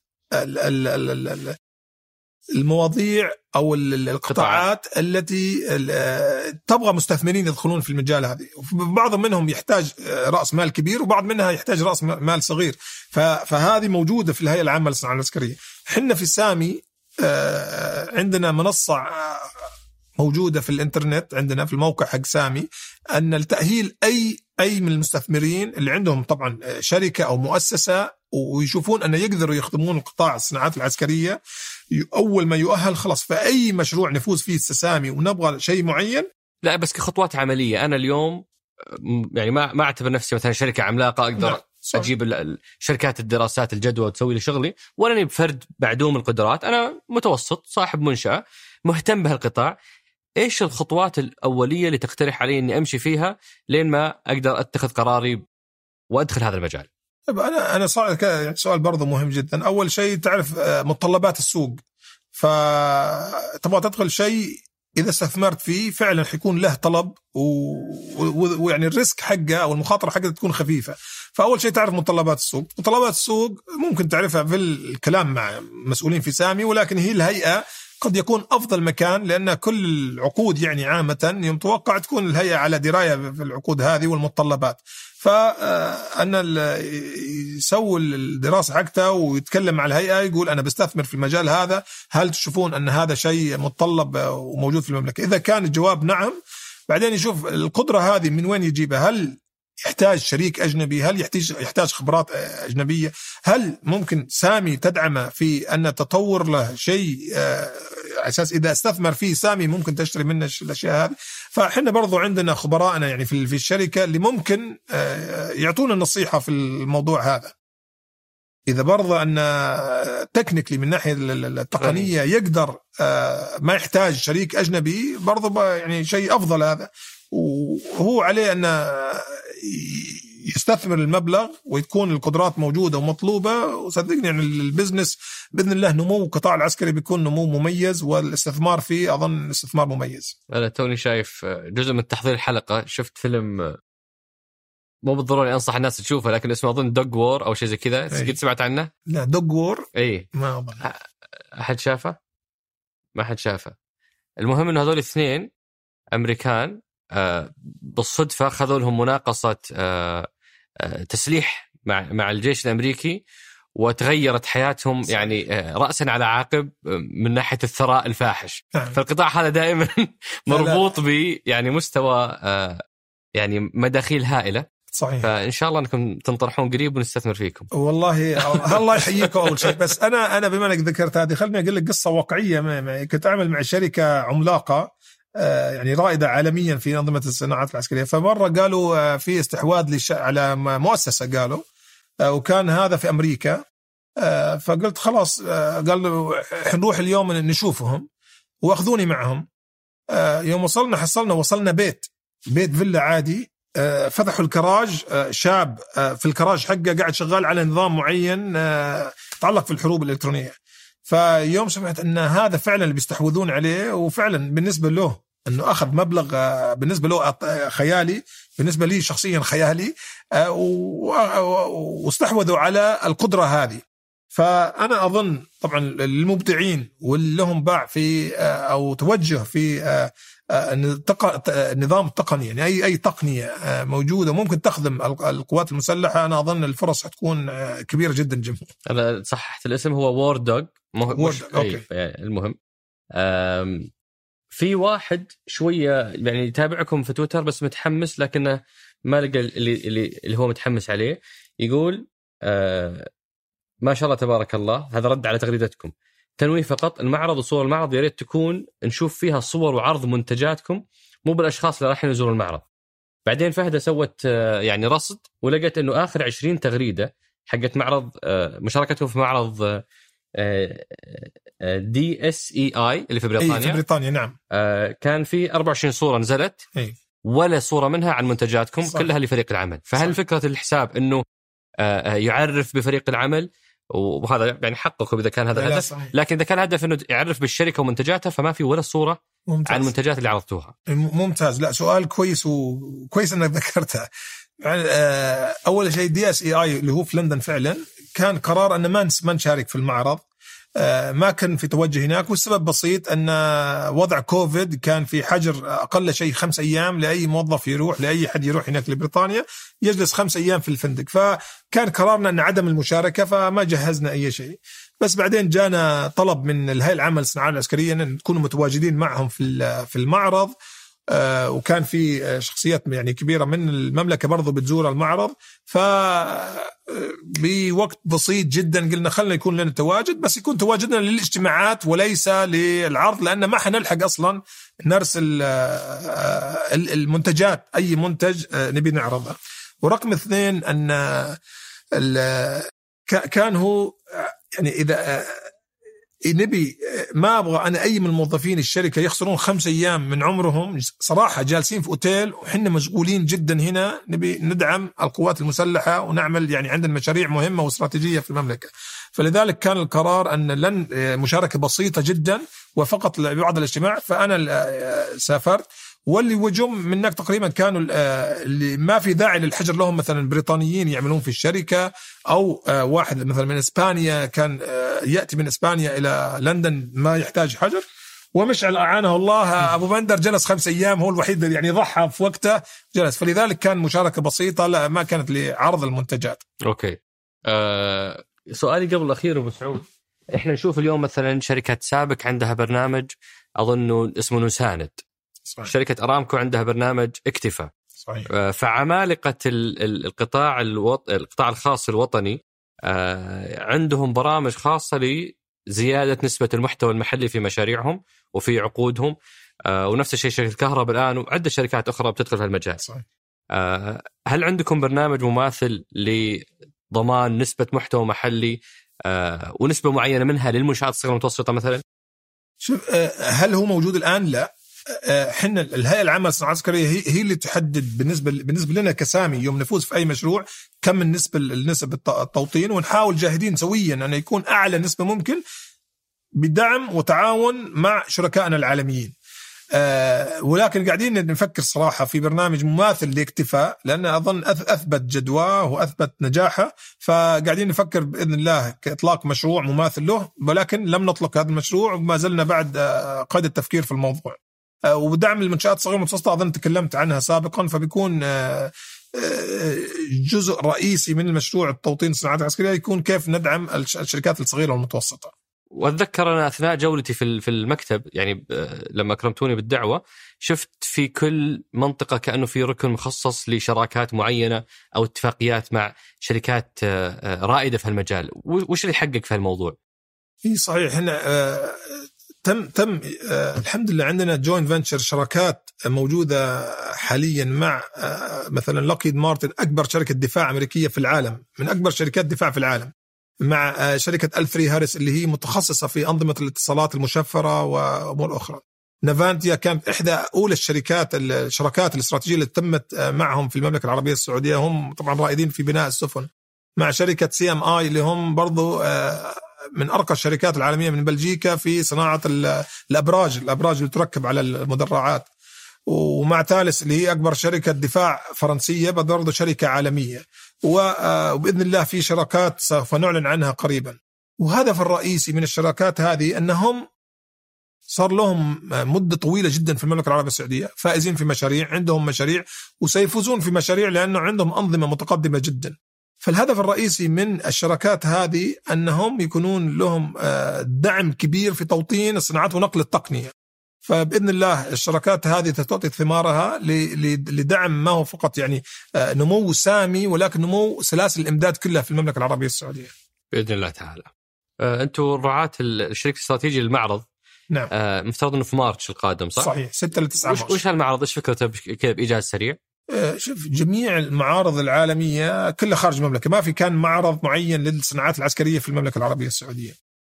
المواضيع أو القطاعات التي تبغى مستثمرين يدخلون في المجال هذه. بعض منهم يحتاج رأس مال كبير، وبعض منها يحتاج رأس مال صغير. فهذه موجودة في الهيئة العامة للصناعات العسكرية. حنا في سامي عندنا منصة موجودة في الانترنت، عندنا في الموقع حق سامي، أن التأهيل أي أي من المستثمرين اللي عندهم طبعا شركة أو مؤسسة ويشوفون أن يقدروا يخدمون القطاع الصناعات العسكرية، أول ما يؤهل خلاص في أي مشروع نفوز فيه السامي ونبغى شيء معين. لا بس كخطوات عملية. أنا اليوم يعني ما ما أعتبر نفسي مثلا شركة عملاقة أقدر لا. صح. أجيب شركات الدراسات الجدوى وتسوي لي شغلي، ولا أنا بفرد معدوم القدرات، أنا متوسط صاحب منشأة مهتم بهالقطاع. إيش الخطوات الأولية اللي تقترح علي إني أمشي فيها لين ما أقدر أتخذ قراري وأدخل هذا المجال؟ أنا أنا سؤال برضو مهم جدا. أول شيء تعرف متطلبات السوق، فتبغى تدخل شيء إذا استثمرت فيه فعلا حيكون له طلب ويعني الريسك حقه أو المخاطرة حقه تكون خفيفة. فأول شيء تعرف متطلبات السوق. متطلبات السوق ممكن تعرفها في الكلام مع مسؤولين في سامي، ولكن هي الهيئة قد يكون أفضل مكان، لأن كل العقود يعني عامة يتوقع تكون الهيئة على دراية في العقود هذه والمتطلبات. فأنا يسوي الدراسة حقته ويتكلم مع الهيئة، يقول أنا بستثمر في المجال هذا، هل تشوفون أن هذا شيء متطلب وموجود في المملكة؟ إذا كان الجواب نعم، بعدين يشوف القدرة هذه من وين يجيبها. هل يحتاج شريك أجنبي؟ هل يحتاج يحتاج خبرات أجنبية؟ هل ممكن سامي تدعمه في أن تطور له شيء أساس إذا استثمر فيه سامي ممكن تشتري منه الأشياء هذه؟ فإحنا برضو عندنا خبراءنا يعني في في الشركة اللي ممكن يعطونا النصيحة في الموضوع هذا. إذا برضو أن تكنيكلي من ناحية التقنية يقدر ما يحتاج شريك أجنبي، برضو يعني شيء أفضل هذا. وهو عليه أن يستثمر المبلغ وتكون القدرات موجودة ومطلوبة. وصدقني يعني البزنس بإذن الله نمو القطاع العسكري بيكون نمو مميز، والاستثمار فيه أظن استثمار مميز. أنا توني شايف جزء من تحضير الحلقة، شفت فيلم مو بالضروري أنصح الناس تشوفه، لكن اسمه أظن دوغ وور أو شيء زي كذا. قد سمعت عنه؟ لا دوغ وور أي ما أظن أحد شافه، ما أحد شافه. المهم إنه هذول الاثنين أمريكان آه بالصدفة خذوا لهم مناقصة آه آه تسليح مع مع الجيش الأمريكي، وتغيرت حياتهم يعني آه رأسا على عقب من ناحية الثراء الفاحش. فالقطاع هذا دائما مربوط ب يعني مستوى آه يعني مداخيل هائلة. صحيح. فإن شاء الله أنكم تنطرحون قريب ونستثمر فيكم. والله الله يحييكم أول شيء. بس أنا أنا بما أنك ذكرت هذه خلني أقول لك قصة واقعية. ما كنت أعمل مع شركة عملاقة يعني رائدة عالميا في أنظمة الصناعات العسكرية. فمرة قالوا في استحواذ للش... على مؤسسة قالوا، وكان هذا في أمريكا. فقلت خلاص، قالوا حنروح اليوم نشوفهم، وأخذوني معهم. يوم وصلنا حصلنا وصلنا بيت بيت فيلا عادي. فتحوا الكراج، شاب في الكراج حقه قاعد شغال على نظام معين يتعلق في الحروب الإلكترونية. فيوم سمعت أن هذا فعلا اللي بيستحوذون عليه، وفعلا بالنسبة له أنه أخذ مبلغ بالنسبة له خيالي، بالنسبة لي شخصيا خيالي، واستحوذوا على القدرة هذه. فأنا أظن طبعا المبدعين واللي لهم باع في أو توجه في النظام التقني، يعني أي أي تقنية موجودة ممكن تخدم القوات المسلحة، أنا أظن الفرص هتكون كبيرة جدا جميع. أنا صححت الاسم، هو وور دوغ. مش أوكي. المهم في واحد شوية يعني يتابعكم في تويتر بس متحمس، لكنه ما لقى اللي اللي اللي هو متحمس عليه. يقول آه ما شاء الله تبارك الله، هذا رد على تغريدتكم. تنويه فقط، المعرض وصور المعرض يا ريت تكون نشوف فيها صور وعرض منتجاتكم، مو بالاشخاص اللي رايحين يزوروا المعرض. بعدين فهد سوت يعني رصد ولقيت انه اخر عشرين تغريده حقت معرض مشاركتهم في معرض دي اس اي اي اللي في بريطانيا. في بريطانيا نعم. كان في أربعة وعشرين صوره نزلت، أي. ولا صوره منها عن منتجاتكم، صح. كلها لفريق العمل. فهل صح. فكره الحساب انه يعرف بفريق العمل، وهذا يعني حقق إذا كان هذا الهدف، لكن إذا كان هدف إنه يعرف بالشركة ومنتجاتها، فما في ولا صورة ممتاز. عن المنتجات اللي عرضتوها. ممتاز. لا سؤال كويس، وكويس إنك ذكرتها. يعني أول شيء دي اس اي اي اللي هو في لندن فعلا كان قرار أن ما ما نشارك في المعرض، ما كان في توجه هناك. والسبب بسيط أن وضع كوفيد كان في حجر أقل شيء خمس أيام لأي موظف يروح، لأي حد يروح هناك لبريطانيا يجلس خمس أيام في الفندق. فكان قرارنا أن عدم المشاركة، فما جهزنا أي شيء. بس بعدين جانا طلب من الهيئة العامة للصناعات العسكرية أن نكونوا متواجدين معهم في في المعرض، آه وكان في شخصيات يعني كبيرة من المملكة برضو بتزور المعرض. ف بوقت بسيط جدا قلنا خلنا يكون لنا تواجد، بس يكون تواجدنا للاجتماعات وليس للعرض، لأن ما حنلحق أصلا نرسل المنتجات، أي منتج نبي نعرضه. ورقم اثنين أن كان هو يعني إذا نبي ما أبغى أنا أي من الموظفين الشركة يخسرون خمس أيام من عمرهم صراحة جالسين في أوتيل وحنا مشغولين جدا هنا نبي ندعم القوات المسلحة ونعمل يعني عندنا مشاريع مهمة واستراتيجية في المملكة. فلذلك كان القرار أن لن مشاركة بسيطة جدا وفقط لبعض الاجتماع. فأنا سافرت واللي وجم منك تقريبا كانوا اللي ما في داعي للحجر لهم مثلا بريطانيين يعملون في الشركة أو واحد مثلا من إسبانيا كان يأتي من إسبانيا إلى لندن ما يحتاج حجر. ومشعل أعانه الله أبو بندر جلس خمس أيام هو الوحيد يعني ضحى في وقته جلس. فلذلك كان مشاركة بسيطة لا ما كانت لعرض المنتجات. أوكي. أه سؤالي قبل الأخير أبو سعود، إحنا نشوف اليوم مثلا شركة سابك عندها برنامج أظنه اسمه نساند. صحيح. شركة أرامكو عندها برنامج اكتفى. صحيح. فعمالقة القطاع الوط... القطاع الخاص الوطني عندهم برامج خاصة لزيادة نسبة المحتوى المحلي في مشاريعهم وفي عقودهم، ونفس الشيء شركة الكهرباء الآن وعدة شركات أخرى بتدخل في المجال. صحيح. هل عندكم برنامج مماثل لضمان نسبة محتوى محلي ونسبة معينة منها للمنشآت الصغيرة والمتوسطة مثلا؟ شوف، هل هو موجود الآن؟ لا. احنا الهيئه العامه للصناعات العسكريه هي هي اللي تحدد بالنسبه بالنسبه لنا كسامي يوم نفوز في اي مشروع كم النسبه النسب التوطين، ونحاول جاهدين سويا ان يكون اعلى نسبه ممكن بدعم وتعاون مع شركائنا العالميين. أه ولكن قاعدين نفكر صراحه في برنامج مماثل لاكتفاء لان اظن اثبت جدواه واثبت نجاحه، فقاعدين نفكر باذن الله كاطلاق مشروع مماثل له، ولكن لم نطلق هذا المشروع وما زلنا بعد قيد التفكير في الموضوع. ودعم المنشآت الصغيرة والمتوسطة أظن تكلمت عنها سابقا، فبيكون جزء رئيسي من المشروع التوطين الصناعات العسكرية يكون كيف ندعم الشركات الصغيرة والمتوسطة. وأتذكر أنا أثناء جولتي في في المكتب يعني لما أكرمتوني بالدعوة شفت في كل منطقة كأنه في ركن مخصص لشراكات معينة أو اتفاقيات مع شركات رائدة في المجال. وش اللي حقق في الموضوع؟ إيه صحيح، هنا تم تم آه الحمد لله عندنا جوين فينتشر شراكات موجودة حاليا مع آه مثلا لوكهيد مارتن أكبر شركة دفاع أمريكية في العالم، من أكبر شركات دفاع في العالم، مع آه شركة ألفري هاريس اللي هي متخصصة في أنظمة الاتصالات المشفرة وأمور أخرى. نافانتيا كانت إحدى أولى الشركات الشراكات الاستراتيجية اللي تمت آه معهم في المملكة العربية السعودية، هم طبعا رائدين في بناء السفن، مع شركة سي ام آي اللي هم برضو آه من أرقى الشركات العالمية من بلجيكا في صناعة الأبراج الأبراج اللي تركب على المدرعات، ومع تالس اللي هي أكبر شركة دفاع فرنسية برضو شركة عالمية، وبإذن الله في شراكات سوف نعلن عنها قريبا. وهدف الرئيسي من الشراكات هذه أنهم صار لهم مدة طويلة جدا في المملكة العربية السعودية فائزين في مشاريع، عندهم مشاريع وسيفوزون في مشاريع لأنه عندهم أنظمة متقدمة جدا. فالهدف الرئيسي من الشراكات هذه أنهم يكونون لهم دعم كبير في توطين الصناعات ونقل التقنية. فبإذن الله الشراكات هذه تعطي ثمارها لدعم ما هو فقط يعني نمو سامي، ولكن نمو سلاسل الإمداد كلها في المملكة العربية السعودية بإذن الله تعالى. أنتوا رعاة الشركة الاستراتيجي للمعرض. نعم. مفترض أنه في مارس القادم صح؟ صحيح، ستة لتسعة وش, وش هالمعرض؟ إيش فكرته كذا بإيجاز سريع؟ شوف، جميع المعارض العالمية كلها خارج المملكة، ما في كان معرض معين للصناعات العسكرية في المملكة العربية السعودية.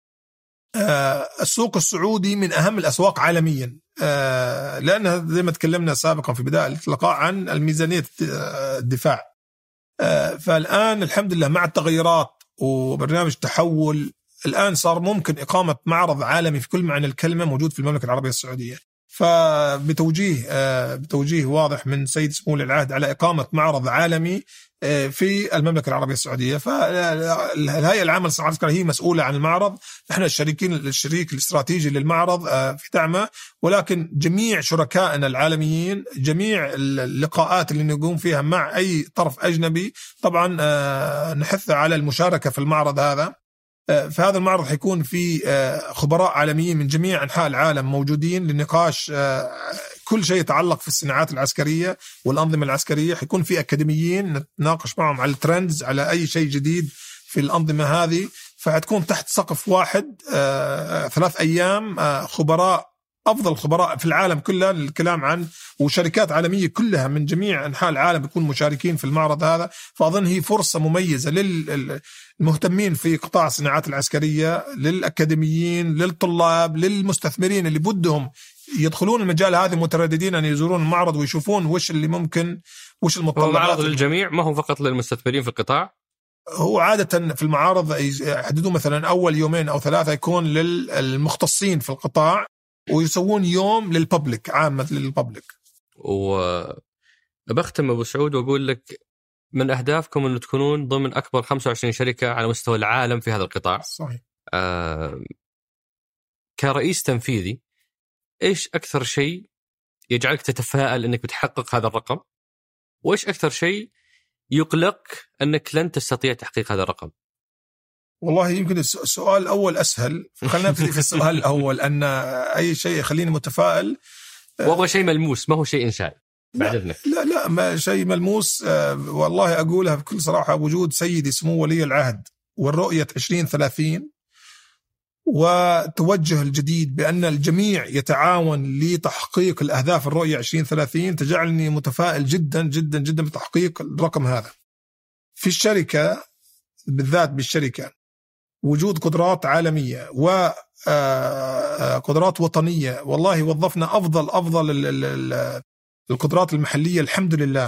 السوق السعودي من أهم الأسواق عالميا، لأنها زي ما تكلمنا سابقا في بداية اللقاء عن الميزانية الدفاع. فالآن الحمد لله مع التغيرات وبرنامج تحول الآن صار ممكن إقامة معرض عالمي في كل معنى الكلمة موجود في المملكة العربية السعودية. فبتوجيه بتوجيه واضح من سيد سمو العهد على إقامة معرض عالمي في المملكة العربية السعودية. فالهيئة العامة للصناعات العسكرية هي مسؤولة عن المعرض، نحن الشريكين الشريك الاستراتيجي للمعرض في دعمه، ولكن جميع شركائنا العالميين جميع اللقاءات اللي نقوم فيها مع أي طرف أجنبي طبعا نحث على المشاركة في المعرض هذا. فهذا المعرض حيكون فيه خبراء عالميين من جميع أنحاء العالم موجودين لنقاش كل شيء يتعلق في الصناعات العسكرية والأنظمة العسكرية. حيكون في أكاديميين نتناقش معهم على الترندز، على أي شيء جديد في الأنظمة هذه. فهتكون تحت سقف واحد ثلاث أيام خبراء أفضل خبراء في العالم كله للكلام عن، وشركات عالمية كلها من جميع أنحاء العالم بيكون مشاركين في المعرض هذا. فأظن هي فرصة مميزة للمهتمين في قطاع الصناعات العسكرية، للأكاديميين، للطلاب، للمستثمرين اللي بدهم يدخلون المجال هذا مترددين أن يزورون المعرض ويشوفون وش اللي ممكن، وش المتطلبات. هو معرض للجميع، ما هو فقط للمستثمرين في القطاع. هو عادة في المعارض يحددوا مثلا أول يومين أو ثلاثة يكون للمختصين في القطاع، ويسوون يوم للببليك، عامة للببليك. وبختم أبو سعود وأقول لك من أهدافكم أن تكونون ضمن أكبر خمسة وعشرين شركة على مستوى العالم في هذا القطاع. صحيح. آه كرئيس تنفيذي، إيش أكثر شيء يجعلك تتفائل أنك بتحقق هذا الرقم؟ وإيش أكثر شيء يقلق أنك لن تستطيع تحقيق هذا الرقم؟ والله يمكن السؤال الأول أسهل، خلينا نبتدي في السؤال الأول. أن أي شيء يخليني متفائل، وهو شيء ملموس، ما هو شيء إنشائي. لا, لا لا ما شيء ملموس. والله أقولها بكل صراحة، وجود سيدي سمو ولي العهد والرؤية عشرين ثلاثين وتوجه الجديد بأن الجميع يتعاون لتحقيق الأهداف الرؤية عشرين ثلاثين تجعلني متفائل جدا جدا جدا بتحقيق الرقم هذا. في الشركة بالذات، بالشركة وجود قدرات عالمية وقدرات وطنية، والله وظفنا أفضل أفضل القدرات المحلية الحمد لله.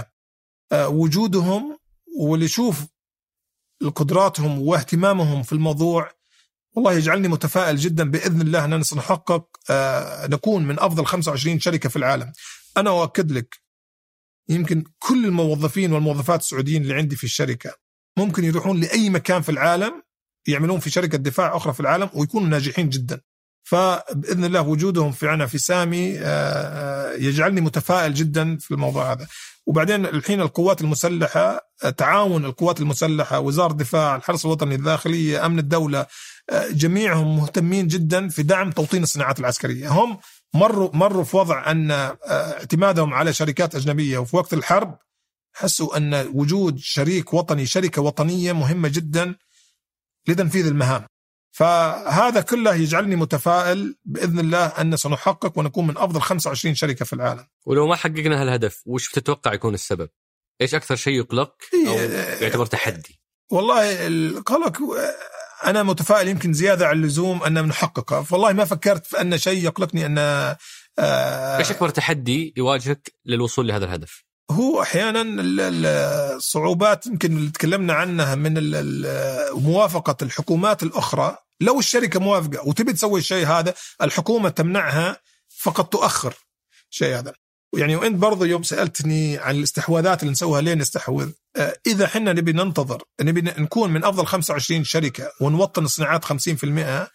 وجودهم واللي يشوف قدراتهم واهتمامهم في الموضوع والله يجعلني متفائل جدا بإذن الله أننا سنحقق نكون من أفضل خمسة وعشرين شركة في العالم. أنا أؤكد لك يمكن كل الموظفين والموظفات السعوديين اللي عندي في الشركة ممكن يروحون لأي مكان في العالم يعملون في شركة دفاع أخرى في العالم ويكونوا ناجحين جدا. فبإذن الله وجودهم في عنا في سامي يجعلني متفائل جدا في الموضوع هذا. وبعدين الحين القوات المسلحة، تعاون القوات المسلحة، وزارة الدفاع، الحرس الوطني، الداخلية، أمن الدولة، جميعهم مهتمين جدا في دعم توطين الصناعات العسكرية. هم مروا مروا في وضع أن اعتمادهم على شركات أجنبية، وفي وقت الحرب حسوا أن وجود شريك وطني، شركة وطنية مهمة جدا لتنفيذ المهام. فهذا كله يجعلني متفائل بإذن الله أن سنحقق ونكون من أفضل خمسة وعشرين شركة في العالم. ولو ما حققنا هالهدف وش بتتوقع يكون السبب؟ إيش أكثر شيء يقلق أو يعتبر تحدي؟ والله القلق أنا متفائل يمكن زيادة عن اللزوم أن نحققها. والله ما فكرت في أن شيء يقلقني. أن آه إيش أكبر تحدي يواجهك للوصول لهذا الهدف؟ هو أحيانا الصعوبات يمكن اللي تكلمنا عنها من موافقة الحكومات الأخرى. لو الشركة موافقة وتبي تسوي الشيء هذا، الحكومة تمنعها فقط تؤخر شيء هذا. يعني وأنت برضو يوم سألتني عن الاستحواذات اللي نسويها ليه نستحوذ، إذا حنا نبي ننتظر نبي نكون من أفضل خمسة وعشرين شركة ونوطن الصناعات خمسين في المئة،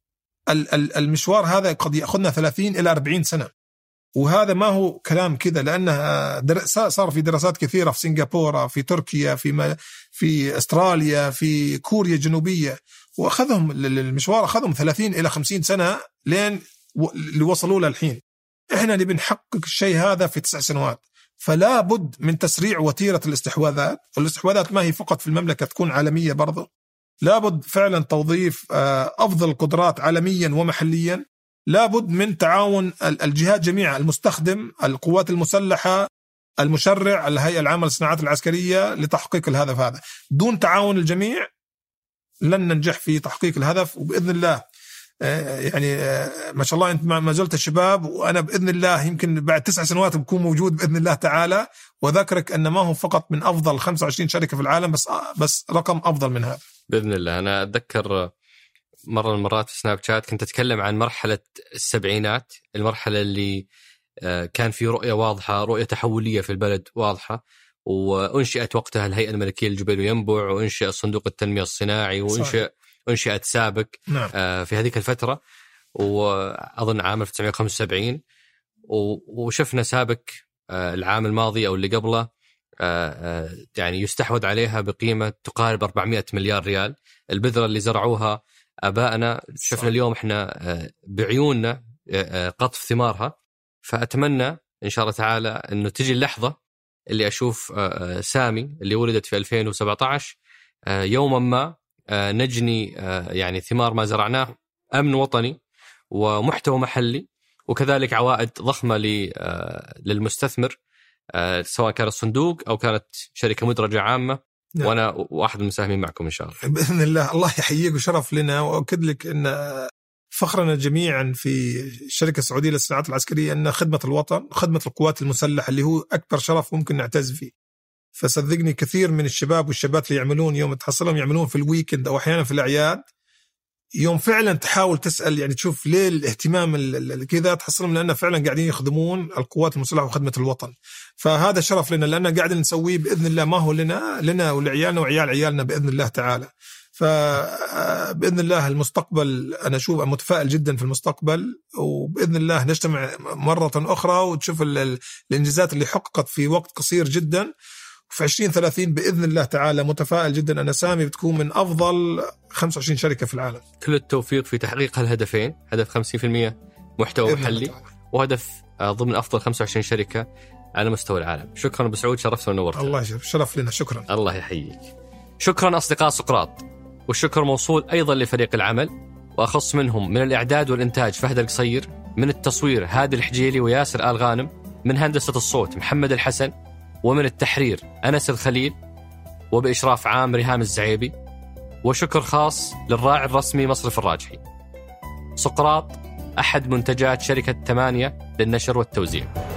المشوار هذا قد يأخذنا ثلاثين إلى أربعين سنة. وهذا ما هو كلام كذا، لأنها صار في دراسات كثيرة في سنغافورة، في تركيا، في في أستراليا، في كوريا الجنوبية، وأخذهم المشوار أخذهم ثلاثين إلى خمسين سنة لين اللي وصلوا له الحين. إحنا نبي نحقق الشيء هذا في تسع سنوات. فلا بد من تسريع وتيرة الاستحواذات. والاستحواذات ما هي فقط في المملكة، تكون عالمية برضه. لا بد فعلا توظيف أفضل القدرات عالميا ومحليا. لا بد من تعاون الجهات جميعها، المستخدم، القوات المسلحة، المشرع، الهيئة العامة للصناعات العسكرية، لتحقيق الهدف هذا. دون تعاون الجميع لن ننجح في تحقيق الهدف. وبإذن الله يعني ما شاء الله أنت ما زلت شباب، وأنا بإذن الله يمكن بعد تسع سنوات بكون موجود بإذن الله تعالى، وذكرك أن ما هو فقط من أفضل خمسة وعشرين شركة في العالم، بس بس رقم أفضل من هذا بإذن الله. أنا أتذكر مرة من المرات في سناب شات كنت أتكلم عن مرحلة السبعينات، المرحلة اللي كان في رؤية واضحة، رؤية تحولية في البلد واضحة، وأنشئت وقتها الهيئة الملكية للجبيل وينبع، وأنشئ صندوق التنمية الصناعي، وأنشئ أنشئت سابك نعم. في هذيك الفترة، وأظن عام ألف وتسعمائة وخمسة وسبعين، وشفنا سابك العام الماضي أو اللي قبله يعني يستحوذ عليها بقيمة تقارب أربعمائة مليار ريال. البذرة اللي زرعوها أبائنا شفنا اليوم إحنا بعيوننا قطف ثمارها. فأتمنى إن شاء الله تعالى أنه تجي اللحظة اللي أشوف سامي اللي ولدت في ألفين وسبعة عشر يوما ما نجني يعني ثمار ما زرعناه، أمن وطني ومحتوى محلي وكذلك عوائد ضخمة للمستثمر سواء كان الصندوق أو كانت شركة مدرجة عامة. نعم. وأنا واحد من المساهمين معكم إن شاء الله بإذن الله. الله يحييك وشرف لنا، وأكد لك أن فخرنا جميعا في الشركة السعودية للصناعات العسكرية أن خدمة الوطن، خدمة القوات المسلحة اللي هو أكبر شرف ممكن نعتز فيه. فصدقني كثير من الشباب والشابات اللي يعملون يوم تحصلهم يعملون في الويكند أو أحيانا في الأعياد، يوم فعلا تحاول تسأل يعني تشوف ليه الاهتمام كذا، تحصلهم لأنه فعلا قاعدين يخدمون القوات المسلحة وخدمة الوطن. فهذا شرف لنا لأننا قاعدين نسويه بإذن الله، ما هو لنا لنا ولعيالنا وعيال عيالنا بإذن الله تعالى. فبإذن الله المستقبل أنا أشوف متفائل جدا في المستقبل، وبإذن الله نجتمع مرة أخرى وتشوف الإنجازات اللي حققت في وقت قصير جدا في عشرين ثلاثين بإذن الله تعالى. متفائل جدا أن سامي بتكون من أفضل خمسة وعشرين شركة في العالم. كل التوفيق في تحقيق هالهدفين، هدف خمسين بالمئة محتوى محلي وهدف ضمن أفضل خمسة وعشرين شركة على مستوى العالم. شكرا أبو سعود، شرفت ونورت. الله يشرف، شرف لنا. شكرا. الله يحييك. شكرا أصدقاء سقراط، والشكر موصول أيضا لفريق العمل، وأخص منهم من الإعداد والإنتاج فهد القصير، من التصوير هادي الحجيلي وياسر آل غانم، من هندسة الصوت محمد الحسن، ومن التحرير أنس الخليل، وبإشراف عام ريهام الزعيبي. وشكر خاص للراعي الرسمي مصرف الراجحي. سقراط أحد منتجات شركة ثمانية للنشر والتوزيع.